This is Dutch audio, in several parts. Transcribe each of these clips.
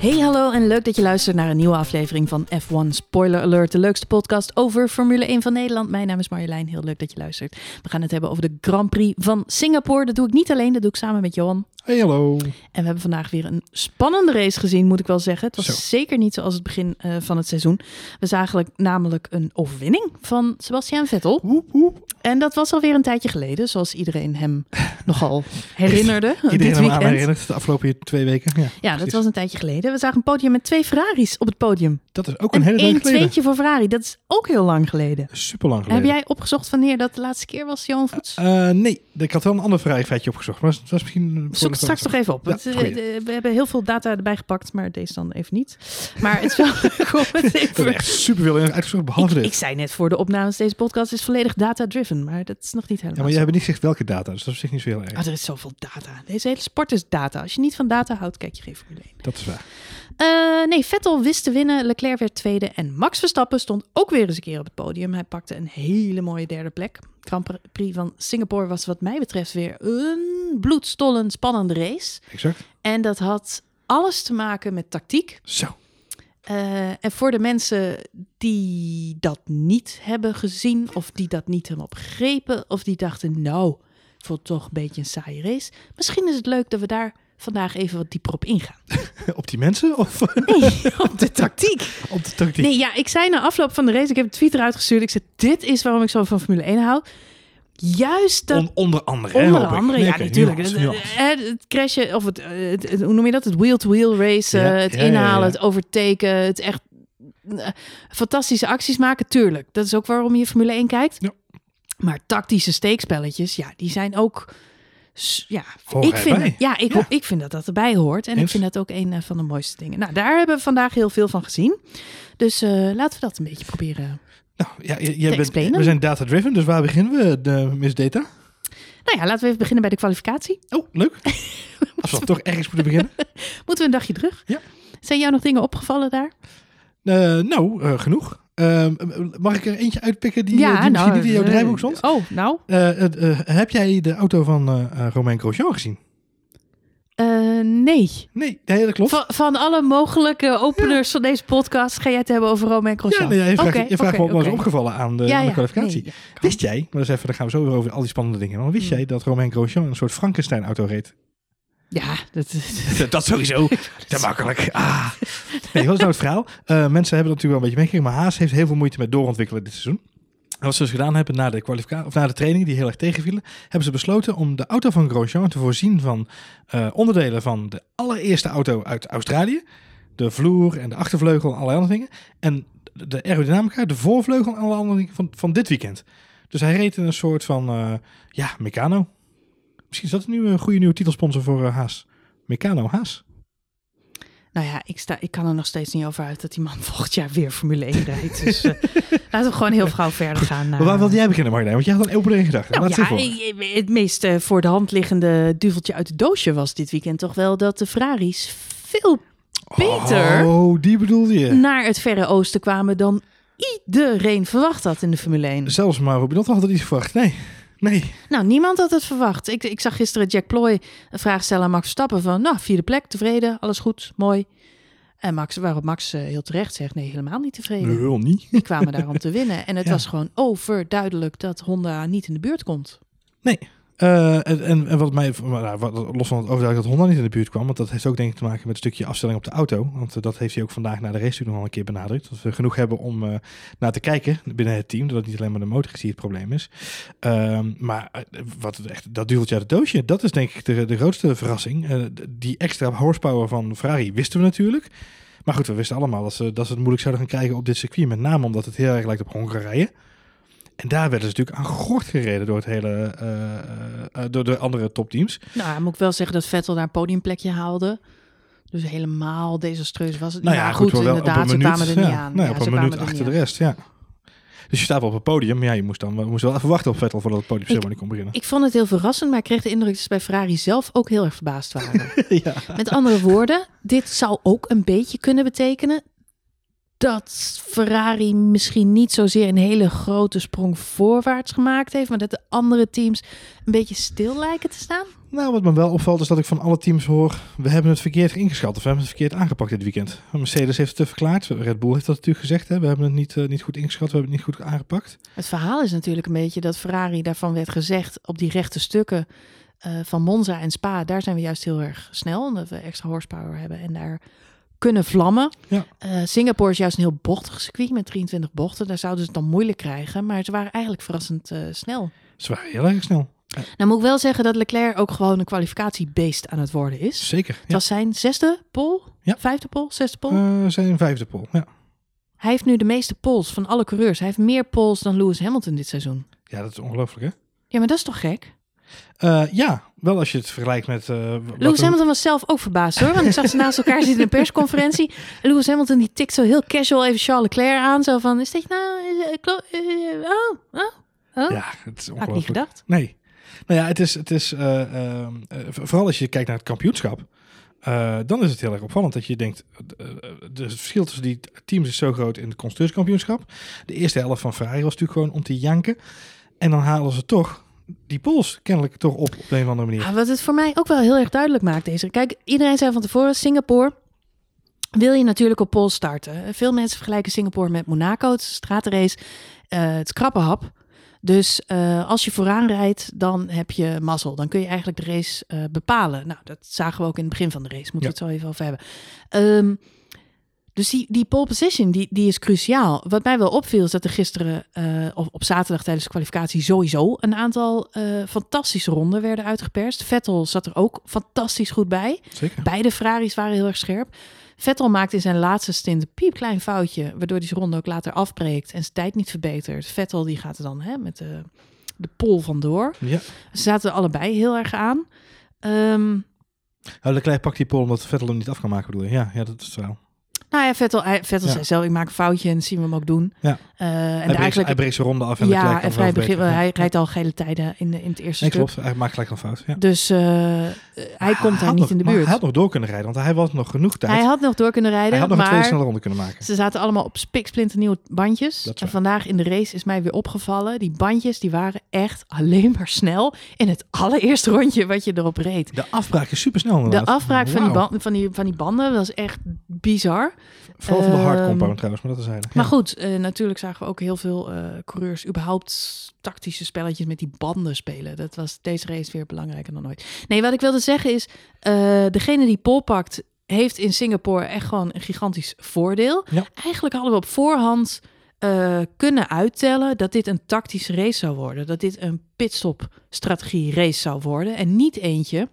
Hey, hallo en leuk dat je luistert naar een nieuwe aflevering van F1 Spoiler Alert, de leukste podcast over Formule 1 van Nederland. Mijn naam is Marjolein, heel leuk dat je luistert. We gaan het hebben over de Grand Prix van Singapore. Dat doe ik niet alleen, dat doe ik samen met Johan. Hey, hallo. En we hebben vandaag weer een spannende race gezien, moet ik wel zeggen. Het was zeker niet zoals het begin van het seizoen. We zagen namelijk een overwinning van Sebastian Vettel. Woep, woep. En dat was alweer een tijdje geleden, zoals iedereen hem nogal herinnerde. Iedereen dit hem aan weekend. herinnert de afgelopen 2 weken. Ja, dat was een tijdje geleden. We zagen een podium met 2 Ferraris op het podium. Dat is ook een hele tijd Een geleden. 2'tje voor Ferrari. Dat is ook heel lang geleden. Super lang geleden. Heb jij opgezocht wanneer dat de laatste keer was, Johan Voets? Nee, ik had wel een ander Ferrari feitje opgezocht. Maar dat was misschien... Zoek het straks toch even op. Ja, We hebben heel veel data erbij gepakt, maar deze dan even niet. Maar het is wel leuk om het Ik even... heb echt super veel uitgezocht, behalve dit. Ik zei net voor de opnames, deze podcast is volledig data-driven. Maar dat is nog niet helemaal Ja, maar je zo. hebt niet gezegd welke data, dus dat is op zich niet zo heel erg. Oh, er is zoveel data. Deze hele sport is data. Als je niet van data houdt, kijk je geen Formule 1. Dat is waar. Nee, Vettel wist te winnen. Leclerc werd tweede. En Max Verstappen stond ook weer eens een keer op het podium. Hij pakte een hele mooie derde plek. Grand Prix van Singapore was wat mij betreft weer een bloedstollend spannende race. Exact. En dat had alles te maken met tactiek. Zo. En voor de mensen die dat niet hebben gezien, of die dat niet hebben begrepen, of die dachten, nou, ik vond het toch een beetje een saaie race. Misschien is het leuk dat we daar vandaag even wat dieper op ingaan. Op die mensen? Of Nee, op de tactiek. op de tactiek? Nee, ja, ik zei na afloop van de race, ik heb een tweet eruit gestuurd. Ik zei, dit is waarom ik zo van Formule 1 hou. Juist dat... Onder andere, hè, Onder hoop ik. andere, Nee, ja, oké, natuurlijk. nuance. Het crashen, of hoe noem je dat? Het wheel-to-wheel racen, Ja, het ja, inhalen, ja. het overtaken, het echt fantastische acties maken, tuurlijk. Dat is ook waarom je Formule 1 kijkt. Ja. Maar tactische steekspelletjes, ja, die zijn ook... Ja, Horen ik vind, erbij. ik vind dat dat erbij hoort. En Eens. ik vind dat ook een van de mooiste dingen. Nou, daar hebben we vandaag heel veel van gezien. Dus laten we dat een beetje proberen. Nou, ja, explainen. we zijn data-driven, dus waar beginnen we, de Miss Data? Nou ja, laten we even beginnen bij de kwalificatie. Oh, leuk. Als we dan toch ergens moeten beginnen. Moeten we een dagje terug? Ja. Zijn jou nog dingen opgevallen daar? Genoeg. Mag ik er eentje uitpikken die misschien niet in jouw draaiboek stond? Oh, nou. Heb jij de auto van Romain Grosjean gezien? Nee. Nee, dat klopt. Van alle mogelijke openers van deze podcast ga jij het hebben over Romain Grosjean. Ja, je vraagt me wat is opgevallen aan de kwalificatie. Nee, Wist jij, maar dan gaan we zo weer over al die spannende dingen. Maar wist jij dat Romain Grosjean een soort Frankenstein-auto reed? Ja, Dat sowieso. Te makkelijk. Nee, wat is nou het verhaal? Mensen hebben natuurlijk wel een beetje meegekregen, maar Haas heeft heel veel moeite met doorontwikkelen dit seizoen. En wat ze dus gedaan hebben na de kwalificatie of na de training die heel erg tegenvielen, hebben ze besloten om de auto van Grosjean te voorzien van onderdelen van de allereerste auto uit Australië. De vloer en de achtervleugel en allerlei andere dingen. En de aerodynamica, de voorvleugel en alle andere dingen van dit weekend. Dus hij reed in een soort van, Meccano. Misschien is dat nu een goede nieuwe titelsponsor voor Haas. Meccano Haas. Nou ja, ik kan er nog steeds niet over uit dat die man volgend jaar weer Formule 1 rijdt. Dus laten we gewoon heel gauw verder gaan. Maar waar wilde jij beginnen, Marjolein? Want jij had een open gedachte. Nou Laat ja, voor. het meest voor de hand liggende duveltje uit het doosje was dit weekend toch wel dat de Ferraris veel beter Die bedoelde je. naar het Verre Oosten kwamen dan iedereen verwacht had in de Formule 1. Zelfs Mauro Binotto had het niet verwacht. Nee. Nou, niemand had het verwacht. Ik zag gisteren Jack Ploy een vraag stellen aan Max Verstappen van, nou, 4e plek, tevreden, alles goed, mooi. En waarop Max heel terecht zegt, nee, helemaal niet tevreden. Heel niet. Die kwamen daar om te winnen. En het Ja. was gewoon overduidelijk dat Honda niet in de buurt komt. Nee. En wat mij, los van het overduidelijk dat Honda niet in de buurt kwam, want dat heeft ook denk ik te maken met een stukje afstelling op de auto. Want dat heeft hij ook vandaag na de race nog al een keer benadrukt. Dat we genoeg hebben om naar te kijken binnen het team. Dat het niet alleen maar de motor is die het probleem is. Dat duveltje uit het doosje, dat is denk ik de grootste verrassing. Die extra horsepower van Ferrari wisten we natuurlijk. Maar goed, we wisten allemaal dat ze het moeilijk zouden gaan krijgen op dit circuit. Met name omdat het heel erg lijkt op Hongarije. En daar werden ze natuurlijk aan gort gereden door het hele door de andere topteams. Nou, moet ik wel zeggen dat Vettel daar een podiumplekje haalde. Dus helemaal desastreus was het. Nou ja, maar goed, wel inderdaad, ze kwamen er niet aan. Nou, Ja, op ze een kwamen minuut er achter niet de rest, ja. Dus je staat wel op het podium, maar ja, je moest wel even wachten op Vettel voordat het podiumceremonie kon beginnen. Ik vond het heel verrassend, maar ik kreeg de indruk dat ze bij Ferrari zelf ook heel erg verbaasd waren. Ja. Met andere woorden, dit zou ook een beetje kunnen betekenen dat Ferrari misschien niet zozeer een hele grote sprong voorwaarts gemaakt heeft, maar dat de andere teams een beetje stil lijken te staan? Nou, wat me wel opvalt is dat ik van alle teams hoor, we hebben het verkeerd ingeschat of we hebben het verkeerd aangepakt dit weekend. Mercedes heeft het verklaard, Red Bull heeft dat natuurlijk gezegd, hè? We hebben het niet goed ingeschat, we hebben het niet goed aangepakt. Het verhaal is natuurlijk een beetje dat Ferrari, daarvan werd gezegd, op die rechte stukken van Monza en Spa, daar zijn we juist heel erg snel, omdat we extra horsepower hebben en daar kunnen vlammen. Ja. Singapore is juist een heel bochtig circuit met 23 bochten. Daar zouden ze het dan moeilijk krijgen, maar ze waren eigenlijk verrassend snel. Ze waren heel erg snel. Nou moet ik wel zeggen dat Leclerc ook gewoon een kwalificatiebeest aan het worden is. Zeker. Het was zijn 6e pole, 5e pole, 6e pole. Zijn 5e pole, ja. Hij heeft nu de meeste poles van alle coureurs. Hij heeft meer poles dan Lewis Hamilton dit seizoen. Ja, dat is ongelooflijk, hè? Ja, maar dat is toch gek? Ja, wel als je het vergelijkt met... Lewis Hamilton was zelf ook verbaasd hoor. Want ik zag ze naast elkaar zitten in een persconferentie. En Lewis Hamilton die tikt zo heel casual even Charles Leclerc aan. Zo van, is dit nou... Ja, het is ongelooflijk. Had ik niet gedacht. Nee. Nou ja, het is vooral als je kijkt naar het kampioenschap. Dan is het heel erg opvallend dat je denkt... het verschil tussen die teams is zo groot in het constructeurskampioenschap. De eerste helft van Ferrari was natuurlijk gewoon om te janken. En dan halen ze toch... die pols kennelijk toch op een of andere manier. Ja, wat het voor mij ook wel heel erg duidelijk maakt deze. Kijk, iedereen zei van tevoren, Singapore wil je natuurlijk op pole starten. Veel mensen vergelijken Singapore met Monaco. Het is een straatrace. Het is krappenhap. Dus als je vooraan rijdt, dan heb je mazzel. Dan kun je eigenlijk de race bepalen. Nou, dat zagen we ook in het begin van de race. Moeten we het zo even over hebben. Dus die pole position, die is cruciaal. Wat mij wel opviel is dat er gisteren of op zaterdag tijdens de kwalificatie sowieso een aantal fantastische ronden werden uitgeperst. Vettel zat er ook fantastisch goed bij. Zeker. Beide Ferraris waren heel erg scherp. Vettel maakte in zijn laatste stint een piepklein foutje, waardoor hij zijn ronde ook later afbreekt en zijn tijd niet verbetert. Vettel die gaat er dan met de pole vandoor. Ja. Ze zaten allebei heel erg aan. Leclerc pakt die pole omdat Vettel hem niet af kan maken, bedoel je? Ja, dat is het wel. Nou ja, Vettel zei zelf, ik maak een foutje en zien we hem ook doen. Ja. Hij breekt zijn ronde af en ja, en vrij begin, hij rijdt al gele tijden in het eerste stuk. Klopt, hij maakt gelijk een fout. Ja. Dus hij komt daar niet in de buurt. Hij had nog door kunnen rijden, want hij had nog genoeg tijd. Hij had nog door kunnen rijden, hij had nog maar een tweede snelle ronde kunnen maken. Ze zaten allemaal op spiksplinternieuwe bandjes. En vandaag in de race is mij weer opgevallen, die bandjes die waren echt alleen maar snel in het allereerste rondje wat je erop reed. De afbraak is super snel inderdaad. De afbraak van die banden was echt bizar. Vooral van de hard compound trouwens, maar dat is eigenlijk. Maar goed, natuurlijk zagen we ook heel veel coureurs überhaupt tactische spelletjes met die banden spelen. Dat was deze race weer belangrijker dan ooit. Nee, wat ik wilde zeggen is, degene die pole pakt, heeft in Singapore echt gewoon een gigantisch voordeel. Ja. Eigenlijk hadden we op voorhand kunnen uittellen dat dit een tactische race zou worden. Dat dit een pitstop-strategie race zou worden. En niet eentje...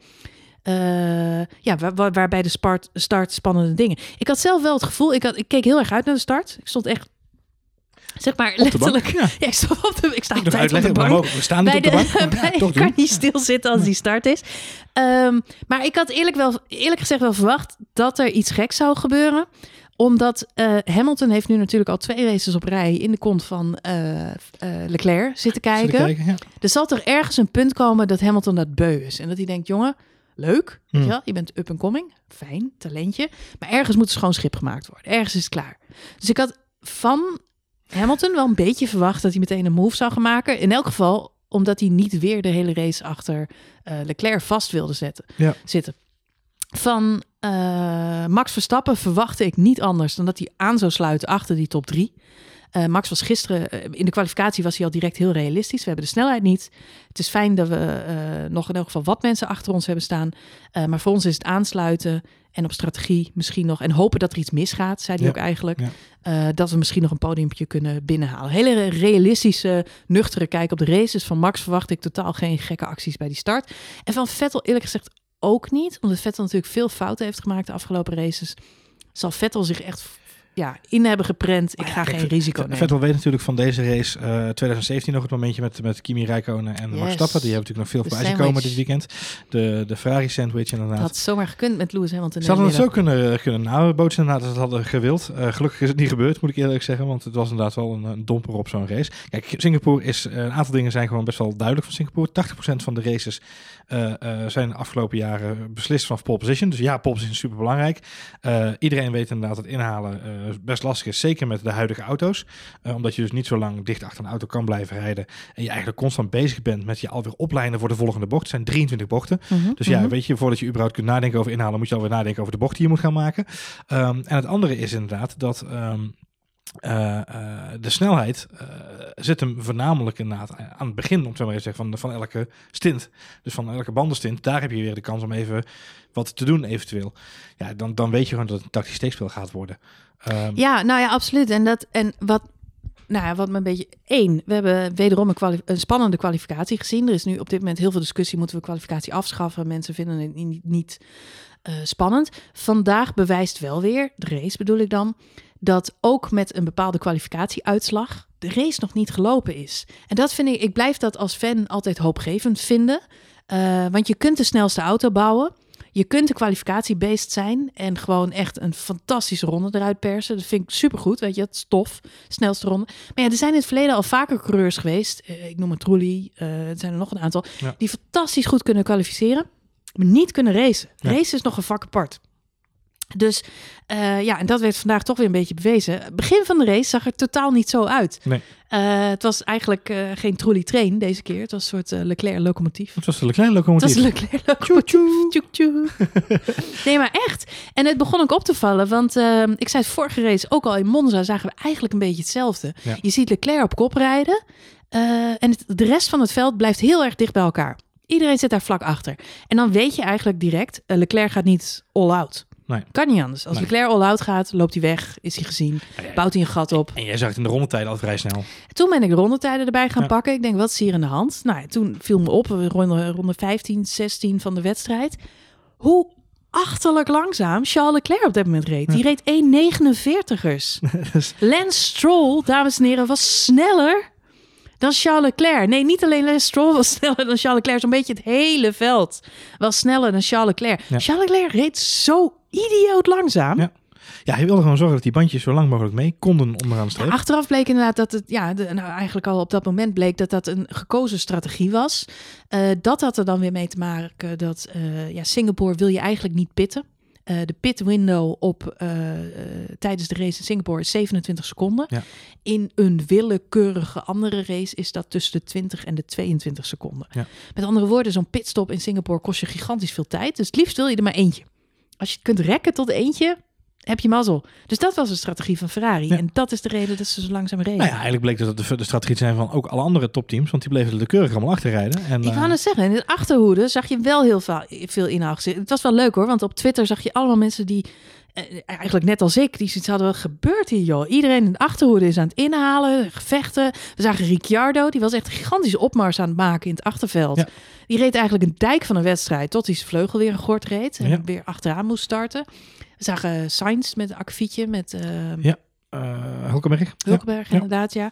waarbij de start spannende dingen. Ik had zelf wel het gevoel, ik keek heel erg uit naar de start. Ik stond echt, zeg maar, letterlijk. Ja. Ik sta altijd op de bank. We staan niet op de bank. Ik kan niet stilzitten als die start is. Maar ik had eerlijk gezegd wel verwacht dat er iets geks zou gebeuren. Omdat Hamilton heeft nu natuurlijk al 2 races op rij in de kont van Leclerc zitten kijken. Ja. Er zal toch ergens een punt komen dat Hamilton dat beu is. En dat hij denkt, jongen, leuk, weet je wel? Je bent up and coming, fijn, talentje. Maar ergens moet er schoon schip gemaakt worden. Ergens is het klaar. Dus ik had van Hamilton wel een beetje verwacht dat hij meteen een move zou gaan maken. In elk geval omdat hij niet weer de hele race achter Leclerc vast wilde zitten. Van Max Verstappen verwachtte ik niet anders dan dat hij aan zou sluiten achter die top 3. Max was gisteren, in de kwalificatie was hij al direct heel realistisch. We hebben de snelheid niet. Het is fijn dat we nog in elk geval wat mensen achter ons hebben staan. Maar voor ons is het aansluiten en op strategie misschien nog. En hopen dat er iets misgaat, zei hij ook eigenlijk. Ja. Dat we misschien nog een podiumpje kunnen binnenhalen. Hele realistische, nuchtere kijk op de races. Van Max verwacht ik totaal geen gekke acties bij die start. En van Vettel eerlijk gezegd ook niet. Omdat Vettel natuurlijk veel fouten heeft gemaakt de afgelopen races. Zal Vettel zich echt in hebben geprent. Ik ga geen risico nemen. Vettel weet natuurlijk van deze race 2017 nog het momentje met Kimi Räikkönen en Max Verstappen. Die hebben natuurlijk nog veel voorbij gekomen dit weekend. De Ferrari sandwich inderdaad. Dat had zomaar gekund met Lewis Hamilton. Ze hadden het zo kunnen. Nou, bootjes inderdaad dat ze het hadden gewild. Gelukkig is het niet gebeurd, moet ik eerlijk zeggen. Want het was inderdaad wel een domper op zo'n race. Kijk, Singapore is... een aantal dingen zijn gewoon best wel duidelijk van Singapore. 80% van de races zijn de afgelopen jaren beslist van pole position. Dus ja, pole position is super belangrijk. Iedereen weet inderdaad dat inhalen best lastig is. Zeker met de huidige auto's. Omdat je dus niet zo lang dicht achter een auto kan blijven rijden. En je eigenlijk constant bezig bent met je alweer oplijnen voor de volgende bocht. Het zijn 23 bochten. Dus weet je, voordat je überhaupt kunt nadenken over inhalen, moet je alweer nadenken over de bocht die je moet gaan maken. En het andere is inderdaad dat de snelheid zit hem voornamelijk inderdaad aan het begin, om zo maar even te zeggen, van elke stint. Dus van elke bandenstint, daar heb je weer de kans om even wat te doen eventueel. Ja, dan weet je gewoon dat het een tactisch steekspel gaat worden. Absoluut. Wat me een beetje... we hebben wederom een spannende kwalificatie gezien. Er is nu op dit moment heel veel discussie, moeten we kwalificatie afschaffen? Mensen vinden het niet spannend. Vandaag bewijst wel weer, de race bedoel ik dan, dat ook met een bepaalde kwalificatieuitslag de race nog niet gelopen is. En dat vind ik blijf dat als fan altijd hoopgevend vinden. Want je kunt de snelste auto bouwen. Je kunt de kwalificatiebeest zijn en gewoon echt een fantastische ronde eruit persen. Dat vind ik supergoed, weet je, het is tof. Snelste ronde. Maar ja, er zijn in het verleden al vaker coureurs geweest. Ik noem het Trulli, er zijn er nog een aantal. Ja. Die fantastisch goed kunnen kwalificeren, maar niet kunnen racen. Ja. Racen is nog een vak apart. Dus en dat werd vandaag toch weer een beetje bewezen. Het begin van de race zag er totaal niet zo uit. Nee. Het was eigenlijk geen Trulli train deze keer. Het was een soort Leclerc-locomotief. Het was de Leclerc-locomotief. Het was de Leclerc-locomotief. Nee, maar echt. En het begon ook op te vallen. Want ik zei het vorige race, ook al in Monza, zagen we eigenlijk een beetje hetzelfde. Ja. Je ziet Leclerc op kop rijden. En de rest van het veld blijft heel erg dicht bij elkaar. Iedereen zit daar vlak achter. En dan weet je eigenlijk direct, Leclerc gaat niet all-out. Nee. Kan niet anders. Als Leclerc all-out gaat, loopt hij weg, is hij gezien, bouwt hij een gat op. En jij zag het in de rondetijden al vrij snel. Toen ben ik de rondetijden erbij gaan pakken. Ik denk, wat is hier aan de hand? Nou, toen viel me op, ronde 15, 16 van de wedstrijd, hoe achterlijk langzaam Charles Leclerc op dat moment reed. Die reed 1,49ers. Lance Stroll, dames en heren, was sneller dan Charles Leclerc. Nee, niet alleen Lance Stroll was sneller dan Charles Leclerc. Zo'n beetje het hele veld was sneller dan Charles Leclerc. Ja. Charles Leclerc reed zo idioot langzaam. Ja, hij wilde gewoon zorgen dat die bandjes zo lang mogelijk mee konden onderaan de streep. Ja, achteraf bleek inderdaad dat het, eigenlijk al op dat moment bleek dat een gekozen strategie was. Dat had er dan weer mee te maken dat Singapore wil je eigenlijk niet pitten. De pit window tijdens de race in Singapore is 27 seconden. Ja. In een willekeurige andere race is dat tussen de 20 en de 22 seconden. Ja. Met andere woorden, zo'n pitstop in Singapore kost je gigantisch veel tijd. Dus het liefst wil je er maar eentje. Als je het kunt rekken tot eentje, heb je mazzel. Dus dat was de strategie van Ferrari. Ja. En dat is de reden dat ze zo langzaam reden. Nou ja, eigenlijk bleek dat de strategie zijn van ook alle andere topteams. Want die bleven er keurig allemaal achter rijden. En, ik wou het zeggen, in de achterhoede zag je wel heel veel inhoud. Het was wel leuk hoor, want op Twitter zag je allemaal mensen die eigenlijk net als ik, die zoiets hadden, wat gebeurt hier joh? Iedereen in de achterhoede is aan het inhalen, gevechten. We zagen Ricciardo, die was echt een gigantische opmars aan het maken in het achterveld. Ja. Die reed eigenlijk een dijk van een wedstrijd tot hij zijn vleugel weer een gort reed en weer achteraan moest starten. We zagen Sainz met een akkefietje met Hulkenberg. Hulkenberg, inderdaad, ja.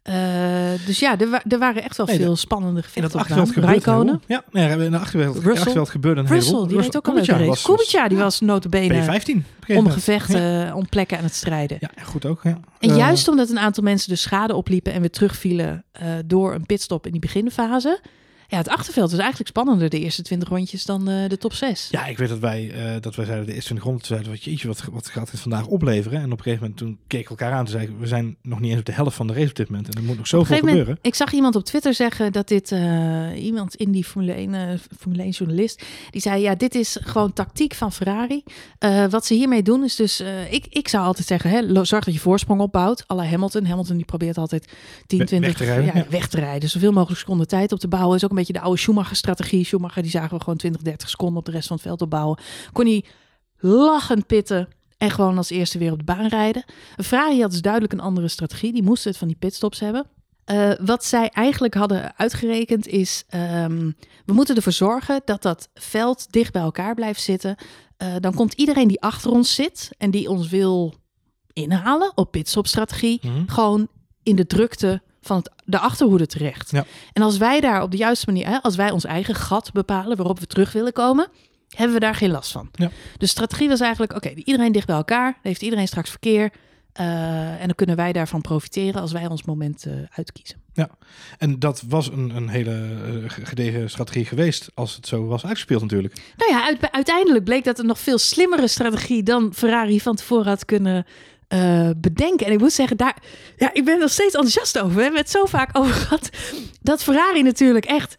Dus ja, er waren echt wel veel spannende gevechten. In het achterveld gebeurde in de achterveld gebeurde een heleboel. Russell, die reed ook al een leuke race. Kubica, die was nota bene om gevechten, om plekken aan het strijden. Ja, goed ook. Ja. En juist omdat een aantal mensen de schade opliepen en weer terugvielen door een pitstop in die beginfase. Ja, het achterveld was eigenlijk spannender de eerste 20 rondjes dan de top 6. Ja, ik weet dat wij zeiden de eerste 20 rondjes, zeiden wat gaat het vandaag opleveren? En op een gegeven moment toen keken we elkaar aan en zeiden we zijn nog niet eens op de helft van de race op dit moment. En er moet nog zoveel gebeuren. Ik zag iemand op Twitter zeggen dat dit, iemand in die Formule 1 journalist, die zei ja, dit is gewoon tactiek van Ferrari. Wat ze hiermee doen is dus, ik zou altijd zeggen, zorg dat je voorsprong opbouwt. À la Hamilton. Hamilton die probeert altijd 10, 20 weg te rijden. Zoveel mogelijk seconden tijd op te bouwen. Is ook een beetje de oude Schumacher-strategie. Schumacher, die zagen we gewoon 20, 30 seconden op de rest van het veld opbouwen. Kon hij lachend pitten en gewoon als eerste weer op de baan rijden. Ferrari had dus duidelijk een andere strategie. Die moesten het van die pitstops hebben. Wat zij eigenlijk hadden uitgerekend is, we moeten ervoor zorgen dat dat veld dicht bij elkaar blijft zitten. Dan komt iedereen die achter ons zit en die ons wil inhalen op pitstop-strategie, gewoon in de drukte van de achterhoede terecht. Ja. En als wij daar op de juiste manier, als wij ons eigen gat bepalen waarop we terug willen komen, hebben we daar geen last van. Ja. De strategie was eigenlijk, oké, iedereen dicht bij elkaar, dan heeft iedereen straks verkeer. En dan kunnen wij daarvan profiteren als wij ons moment uitkiezen. Ja, en dat was een hele gedegen strategie geweest als het zo was uitgespeeld natuurlijk. Nou ja, uiteindelijk bleek dat een nog veel slimmere strategie dan Ferrari van tevoren had kunnen bedenken. En ik moet zeggen, ik ben er nog steeds enthousiast over. We hebben het zo vaak over gehad dat Ferrari natuurlijk echt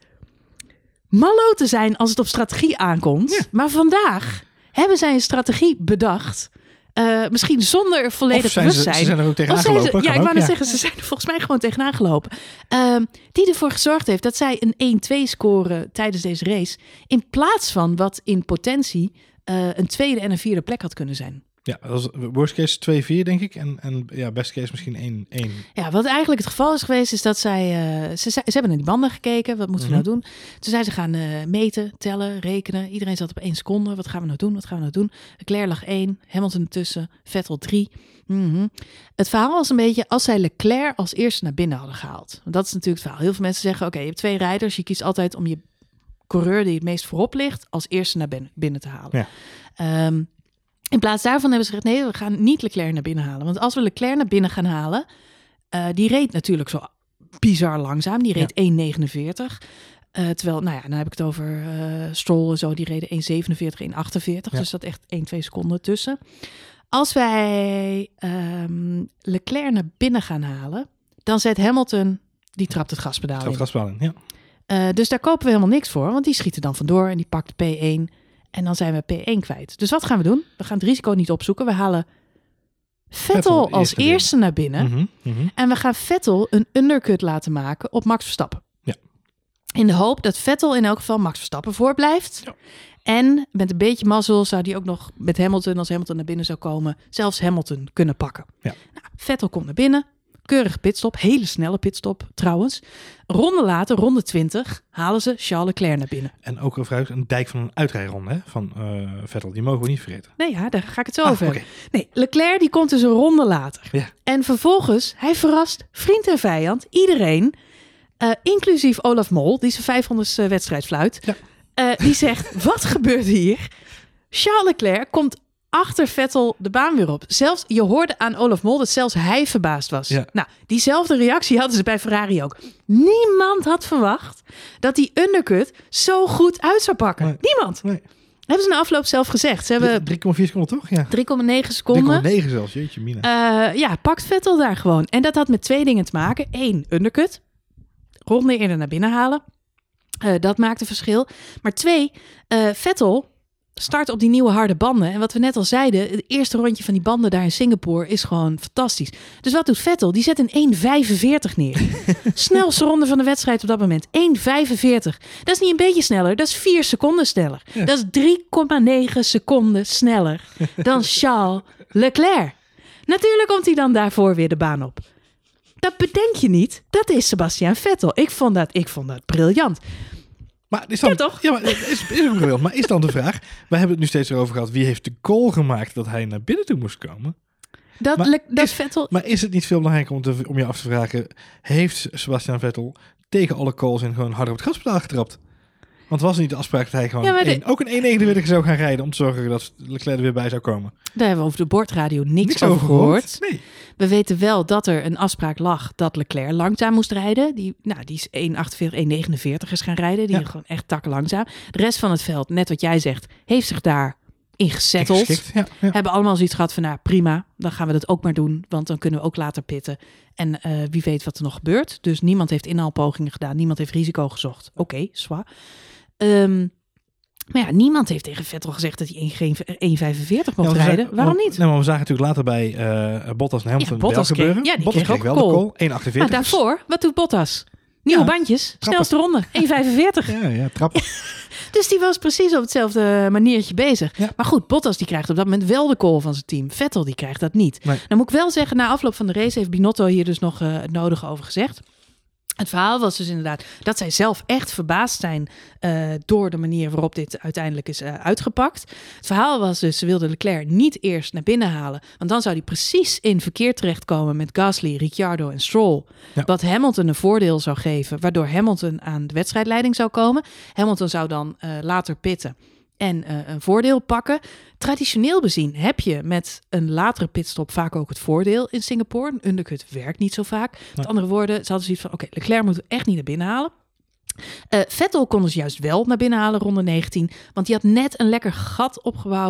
mallo te zijn als het op strategie aankomt. Ja. Maar vandaag hebben zij een strategie bedacht. Misschien zonder volledig bewustzijn. Ze zijn er ook tegenaan gelopen. Ik wou net zeggen, ze zijn er volgens mij gewoon tegenaan gelopen. Die ervoor gezorgd heeft dat zij een 1-2 scoren tijdens deze race. In plaats van wat in potentie een tweede en een vierde plek had kunnen zijn. Ja, dat was worst case 2-4, denk ik. En best case misschien 1-1. Ja, wat eigenlijk het geval is geweest, is dat zij... Ze hebben naar die banden gekeken. Wat moeten we nou doen? Toen zijn ze gaan meten, tellen, rekenen. Iedereen zat op 1 seconde. Wat gaan we nou doen? Leclerc lag 1, Hamilton ertussen, Vettel 3. Het verhaal was een beetje als zij Leclerc als eerste naar binnen hadden gehaald. Want dat is natuurlijk het verhaal. Heel veel mensen zeggen, oké, je hebt 2 rijders. Je kiest altijd om je coureur die het meest voorop ligt als eerste naar binnen te halen. Ja. In plaats daarvan hebben ze gezegd, nee, we gaan niet Leclerc naar binnen halen. Want als we Leclerc naar binnen gaan halen, die reed natuurlijk zo bizar langzaam. Die reed 1,49. Terwijl, nou ja, dan heb ik het over Stroll en zo. Die reden 1,47, 1,48. Ja. Dus dat echt 1-2 seconden tussen. Als wij Leclerc naar binnen gaan halen, dan zet Hamilton, die trapt het gaspedaal in. Ja. Dus daar kopen we helemaal niks voor. Want die schiet er dan vandoor en die pakt P1. En dan zijn we P1 kwijt. Dus wat gaan we doen? We gaan het risico niet opzoeken. We halen Vettel als eerste naar binnen. En we gaan Vettel een undercut laten maken op Max Verstappen. Ja. In de hoop dat Vettel in elk geval Max Verstappen voorblijft. Ja. En met een beetje mazzel zou die ook nog met Hamilton, als Hamilton naar binnen zou komen, zelfs Hamilton kunnen pakken. Ja. Nou, Vettel komt naar binnen. Keurige pitstop, hele snelle pitstop trouwens. Ronde later, ronde 20, halen ze Charles Leclerc naar binnen. En ook een dijk van een uitrijronde, hè, van Vettel. Die mogen we niet vergeten. Nee, ja, daar ga ik het zo over hebben. Nee, Leclerc die komt dus een ronde later. Ja. En vervolgens, hij verrast vriend en vijand, iedereen, inclusief Olaf Mol, die zijn 500ste wedstrijd fluit. Ja. Die zegt, wat gebeurt hier? Charles Leclerc komt achter Vettel de baan weer op. Zelfs, je hoorde aan Olaf Mol dat zelfs hij verbaasd was. Ja. Nou, diezelfde reactie hadden ze bij Ferrari ook. Niemand had verwacht dat die undercut zo goed uit zou pakken. Nee. Niemand. Nee. Hebben ze na afloop zelf gezegd. Ze hebben 3,4 seconden toch? Ja. 3,9 seconden. 3,9 zelfs, jeetje mina. Pakt Vettel daar gewoon. En dat had met 2 dingen te maken. 1, undercut. Ronde eerder naar binnen halen. Dat maakt een verschil. Maar 2, Vettel start op die nieuwe harde banden. En wat we net al zeiden, het eerste rondje van die banden daar in Singapore is gewoon fantastisch. Dus wat doet Vettel? Die zet een 1,45 neer. Snelste ronde van de wedstrijd op dat moment. 1,45. Dat is niet een beetje sneller, dat is 4 seconden sneller. Ja. Dat is 3,9 seconden sneller dan Charles Leclerc. Natuurlijk komt hij dan daarvoor weer de baan op. Dat bedenk je niet. Dat is Sebastian Vettel. Ik vond dat briljant. Maar is dan, ja, toch? Ja, maar is ook briljant. Maar is dan de vraag, we hebben het nu steeds erover gehad, wie heeft de call gemaakt dat hij naar binnen toe moest komen? Vettel. Maar is het niet veel belangrijker om je af te vragen, heeft Sebastian Vettel tegen alle calls in gewoon harder op het gaspedaal getrapt? Want was het niet de afspraak dat hij gewoon ook een 1,49 zou gaan rijden om te zorgen dat Leclerc er weer bij zou komen? Daar hebben we over de bordradio niks over gehoord. Nee. We weten wel dat er een afspraak lag dat Leclerc langzaam moest rijden. Die is 1,48, 1,49 is gaan rijden. Die gewoon echt takken langzaam. De rest van het veld, net wat jij zegt, heeft zich daar ingesetteld. Ja. Hebben allemaal zoiets gehad van, prima, dan gaan we dat ook maar doen. Want dan kunnen we ook later pitten. En wie weet wat er nog gebeurt. Dus niemand heeft inhaalpogingen gedaan. Niemand heeft risico gezocht. Oké, zwaar. Maar ja, niemand heeft tegen Vettel gezegd dat hij 1,45 mocht rijden. Waarom niet? Nee, maar we zagen natuurlijk later bij Bottas en Hamilton Bottas gebeuren. Ja, die Bottas kreeg ook de call. 1,48. Maar daarvoor, wat doet Bottas? Nieuwe bandjes, snelste ronde, 1,45. Ja, trappen. Dus die was precies op hetzelfde maniertje bezig. Ja. Maar goed, Bottas die krijgt op dat moment wel de call van zijn team. Vettel die krijgt dat niet. Nee. Dan moet ik wel zeggen, na afloop van de race heeft Binotto hier dus nog het nodige over gezegd. Het verhaal was dus inderdaad dat zij zelf echt verbaasd zijn door de manier waarop dit uiteindelijk is uitgepakt. Het verhaal was dus, ze wilden Leclerc niet eerst naar binnen halen, want dan zou hij precies in verkeer terechtkomen met Gasly, Ricciardo en Stroll. Ja. Wat Hamilton een voordeel zou geven, waardoor Hamilton aan de wedstrijdleiding zou komen. Hamilton zou dan later pitten en een voordeel pakken. Traditioneel bezien heb je met een latere pitstop vaak ook het voordeel in Singapore. Een undercut werkt niet zo vaak. Met andere woorden, ze hadden zoiets van, oké, Leclerc moeten we echt niet naar binnen halen. Vettel konden ze juist wel naar binnen halen, ronde 19. Want die had net een lekker gat opgebouwd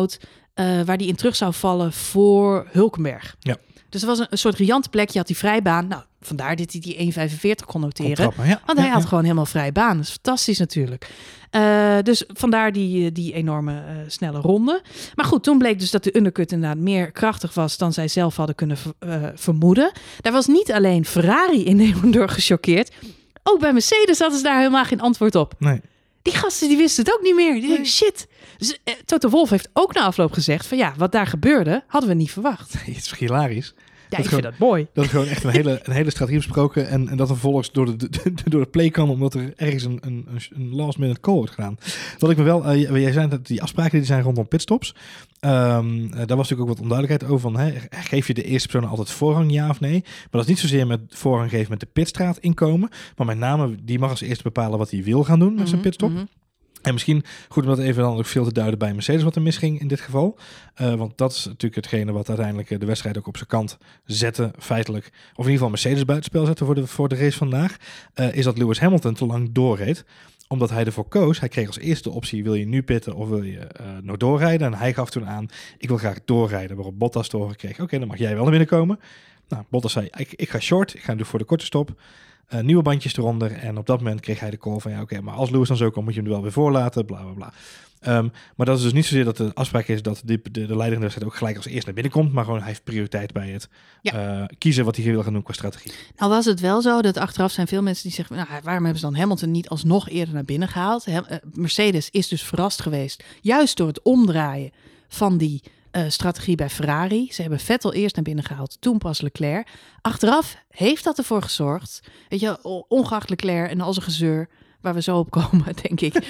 waar die in terug zou vallen voor Hulkenberg. Ja. Dus er was een soort riante plek. Je had die vrijbaan. Nou, vandaar dat hij die 1,45 kon noteren. Trappen, ja. Want hij had gewoon helemaal vrije baan. Dat is fantastisch natuurlijk. Dus vandaar die enorme snelle ronde. Maar goed, toen bleek dus dat de undercut inderdaad meer krachtig was dan zij zelf hadden kunnen vermoeden. Daar was niet alleen Ferrari in Nederland door gechoqueerd. Ook bij Mercedes hadden ze daar helemaal geen antwoord op. Nee. Die gasten die wisten het ook niet meer. Die denken, shit. Dus, Toto Wolff heeft ook na afloop gezegd van ja, wat daar gebeurde, hadden we niet verwacht. Het is hilarisch. Ja, ik vind dat mooi. Dat is gewoon echt een hele strategie besproken. En dat vervolgens door de play kan, omdat er ergens een last minute call wordt gedaan. Wat ik me wel, jij zei dat die afspraken die zijn rondom pitstops. Daar was natuurlijk ook wat onduidelijkheid over van, geef je de eerste persoon altijd voorrang, ja of nee? Maar dat is niet zozeer met voorrang geven met de pitstraat inkomen. Maar met name, die mag als eerste bepalen wat hij wil gaan doen met zijn pitstop. En misschien goed om dat even dan ook veel te duiden bij Mercedes wat er misging in dit geval. Want dat is natuurlijk hetgene wat uiteindelijk de wedstrijd ook op zijn kant zette, feitelijk. Of in ieder geval Mercedes buitenspel zette voor de race vandaag. Is dat Lewis Hamilton te lang doorreed. Omdat hij ervoor koos. Hij kreeg als eerste optie, wil je nu pitten of wil je nog doorrijden? En hij gaf toen aan, ik wil graag doorrijden. Waarop Bottas te horen kreeg, oké, dan mag jij wel naar binnen komen. Nou, Bottas zei, ik ga short, ik ga nu voor de korte stop. Nieuwe bandjes eronder. En op dat moment kreeg hij de call van ja, oké, maar als Lewis dan zo komt, moet je hem er wel weer voor laten, bla bla bla. Maar dat is dus niet zozeer dat de afspraak is dat de leider in de wedstrijd ook gelijk als eerst naar binnen komt, maar gewoon hij heeft prioriteit bij het kiezen wat hij wil gaan doen qua strategie. Nou was het wel zo dat achteraf zijn veel mensen die zeggen, nou, waarom hebben ze dan Hamilton niet alsnog eerder naar binnen gehaald? Mercedes is dus verrast geweest, juist door het omdraaien van die strategie bij Ferrari. Ze hebben Vettel eerst naar binnen gehaald, toen pas Leclerc. Achteraf heeft dat ervoor gezorgd, weet je, ongeacht Leclerc en al zijn gezeur, waar we zo op komen, denk ik,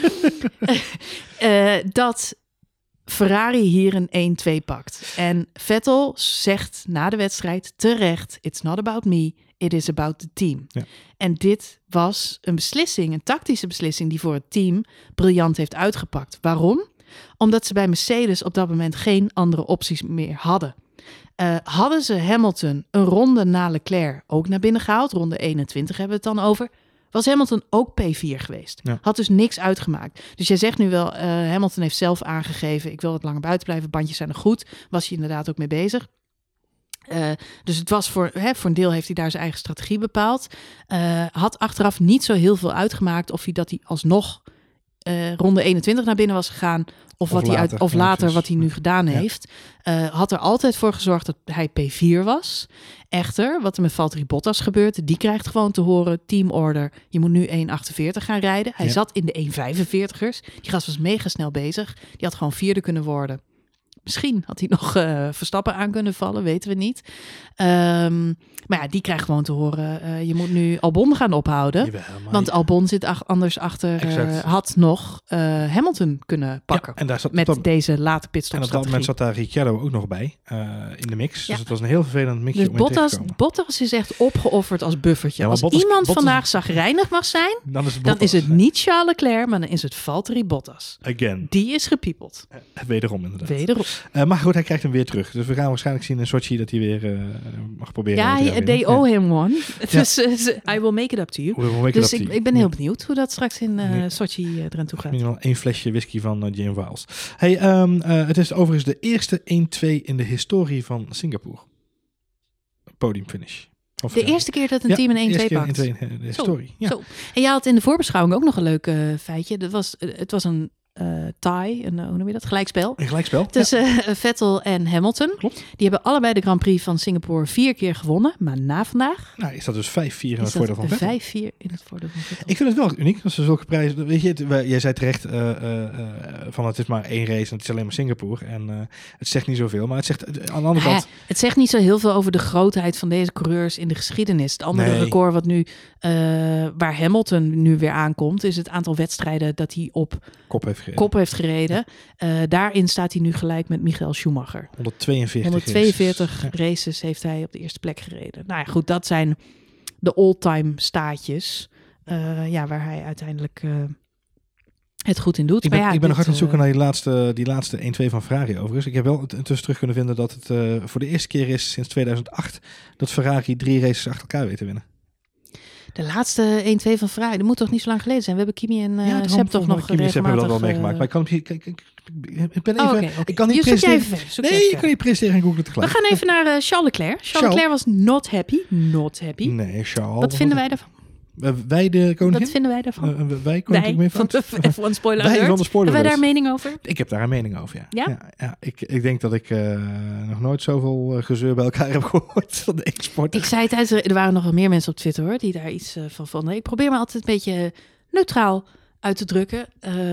dat Ferrari hier een 1-2 pakt. En Vettel zegt na de wedstrijd terecht, it's not about me, it is about the team. Ja. En dit was een beslissing, een tactische beslissing die voor het team briljant heeft uitgepakt. Waarom? Omdat ze bij Mercedes op dat moment geen andere opties meer hadden. Hadden ze Hamilton een ronde na Leclerc ook naar binnen gehaald, ronde 21 hebben we het dan over, was Hamilton ook P4 geweest. Ja. Had dus niks uitgemaakt. Dus jij zegt nu wel, Hamilton heeft zelf aangegeven, ik wil wat langer buiten blijven, bandjes zijn er goed. Was hij inderdaad ook mee bezig. Dus het was voor een deel heeft hij daar zijn eigen strategie bepaald. Had achteraf niet zo heel veel uitgemaakt of hij alsnog ronde 21 naar binnen was gegaan of later wat hij nu gedaan heeft. Had er altijd voor gezorgd dat hij P4 was. Echter, wat er met Valtteri Bottas gebeurt, die krijgt gewoon te horen, teamorder, je moet nu 1,48 gaan rijden. Hij zat in de 1,45'ers. Die gast was mega snel bezig. Die had gewoon vierde kunnen worden. Misschien had hij nog Verstappen aan kunnen vallen, weten we niet. Maar ja, die krijgt gewoon te horen, je moet nu Albon gaan ophouden. Jawel, want Albon zit anders achter, had nog Hamilton kunnen pakken. Ja, en daar zat, met deze late pitstop-strategie. En op dat moment zat daar Ricciardo ook nog bij in de mix. Ja. Dus het was een heel vervelend mixje om in te komen. Bottas is echt opgeofferd als buffertje. Ja, als iemand vandaag zagrijnig mag zijn, dan is het niet Charles Leclerc, maar dan is het Valtteri Bottas. Again. Die is gepiepeld. Wederom inderdaad. Wederom. Maar goed, hij krijgt hem weer terug. Dus we gaan waarschijnlijk zien in Sochi dat hij weer mag proberen. Ja, they owe him one. Dus I will make it up to you. Dus ik ben heel benieuwd hoe dat straks in Sochi eraan toe gaat. Minimaal 1 flesje whisky van James Wiles. Hey, het is overigens de eerste 1-2 in de historie van Singapore. Podiumfinish. De eerste keer dat een team een 1-2 pakt. In de historie. Ja. Zo. En jij had in de voorbeschouwing ook nog een leuk feitje. Het was een tie, hoe noem je dat? Gelijkspel. Een gelijkspel. Tussen Vettel en Hamilton. Klopt. Die hebben allebei de Grand Prix van Singapore 4 keer gewonnen. Maar na vandaag... Nou, is dat dus 5-4 in het voordeel van Vettel? 5-4 in het voordeel van Vettel. Ik vind het wel uniek als ze zulke prijzen... Weet je, jij zei terecht van het is maar 1 race en het is alleen maar Singapore. En het zegt niet zoveel, maar het zegt aan de andere kant... Het zegt niet zo heel veel over de grootheid van deze coureurs in de geschiedenis. Het andere record wat nu, waar Hamilton nu weer aankomt, is het aantal wedstrijden dat hij op kop heeft gereden. Daarin staat hij nu gelijk met Michael Schumacher. 142 races heeft hij op de eerste plek gereden. Nou ja, goed, dat zijn de all-time staatjes. Waar hij uiteindelijk het goed in doet. Ik ben nog hard aan het zoeken naar die laatste 1-2 van Ferrari overigens. Ik heb wel intussen terug kunnen vinden dat het voor de eerste keer is sinds 2008 dat Ferrari 3 races achter elkaar weet te winnen. De laatste 1-2 van Ferrari, dat moet toch niet zo lang geleden zijn? We hebben Kimi en Sepp toch nog Kimi en Sepp hebben we dat wel regelmatig... meegemaakt. Maar ik kan ik ben even... Oké. Ik kan niet Je zoekt jij presenteren. even verder, zoek jij Nee, even ik kan niet presenteren en googlen We tegelijk. gaan even naar Charles Leclerc. Charles Leclerc was not happy. Nee, Charles. Wat vinden wij daarvan? Wij de koningin? Wat vinden wij daarvan? Wij koningin Wij van de F1 spoiler Wij alert. van de spoiler Hebben wij daar alert. een mening over? Ik heb daar een mening over, Ja? Ja, ik denk dat ik nog nooit zoveel gezeur bij elkaar heb gehoord van de e-sport. Ik zei tijdens... Er waren nog wel meer mensen op Twitter hoor, die daar iets van vonden. Ik probeer me altijd een beetje neutraal uit te drukken.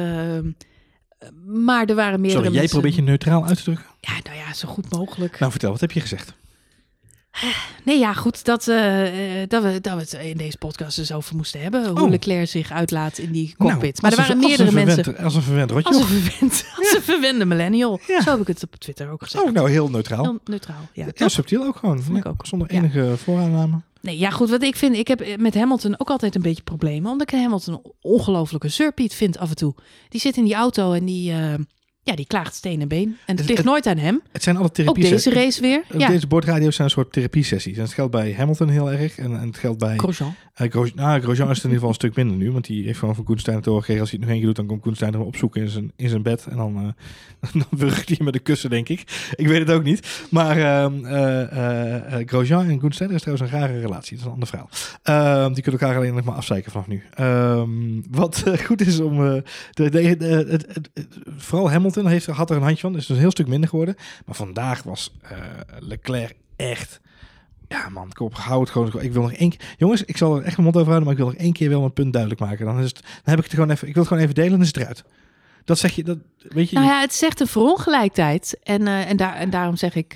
Maar er waren meerdere Sorry, jij mensen... probeert je neutraal uit te drukken? Ja, nou ja, zo goed mogelijk. Nou, vertel, wat heb je gezegd? Nee, ja, goed, dat we het in deze podcast dus over moesten hebben. Hoe Leclerc zich uitlaat in die cockpit. Maar er waren meerdere mensen... Als een verwend rotje. Als een verwende millennial. Ja. Zo heb ik het op Twitter ook gezegd. Oh, nou, heel neutraal. Heel neutraal, ja. Heel toch? subtiel ook gewoon. Vond ik ook. Zonder Ja. enige vooraanname. Nee, ja goed, wat ik vind, ik heb met Hamilton ook altijd een beetje problemen. Omdat ik Hamilton een ongelofelijke zeurpiet vind af en toe. Die zit in die auto en die klaagt steen en been. En het ligt nooit aan hem. Het zijn alle Ook therapie deze race weer. Ja, Deze boordradio's zijn een soort therapiesessies. En het geldt bij Hamilton heel erg. En het geldt bij... Grosjean. Grosjean is het in ieder geval een stuk minder nu. Want die heeft gewoon van Koenstein het doorgegeven. Als hij het nog één keer doet, dan komt Koenstein hem opzoeken in zijn bed. En dan wurgt hij met een kussen, denk ik. Ik weet het ook niet. Maar Grosjean en Koenstein, er is trouwens een rare relatie. Dat is een ander verhaal. Die kunnen elkaar alleen nog maar afzeiken vanaf nu. Wat goed is om... vooral Hamilton had er een handje van. Dus het is een heel stuk minder geworden. Maar vandaag was Leclerc echt... Ja man, kom op, hou het gewoon. Ik wil nog één keer... Jongens, ik zal er echt mijn mond over houden, maar ik wil nog één keer wel mijn punt duidelijk maken. Dan heb ik het gewoon even... Ik wil het gewoon even delen en dan is het eruit. Dat zeg je, dat weet je... Nou ja, het is echt een verongelijkheid. En daarom zeg ik...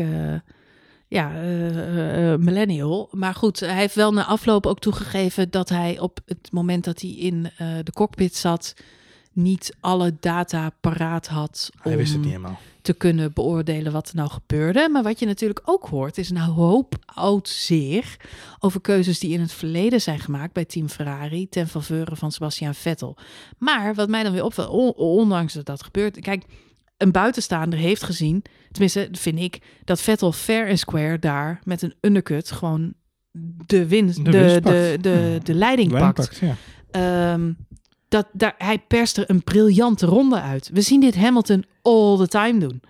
millennial. Maar goed, hij heeft wel na afloop ook toegegeven dat hij op het moment dat hij in de cockpit zat, niet alle data paraat had Hij wist het niet helemaal. te kunnen beoordelen wat er nou gebeurde. Maar wat je natuurlijk ook hoort, is een hoop oud zeer over keuzes die in het verleden zijn gemaakt bij Team Ferrari ten faveur van Sebastian Vettel. Maar wat mij dan weer opvalt, ondanks dat gebeurt, kijk, een buitenstaander heeft gezien, tenminste vind ik, dat Vettel fair en square daar met een undercut gewoon de leiding pakt. Ja. Hij perst er een briljante ronde uit. We zien dit Hamilton all the time doen.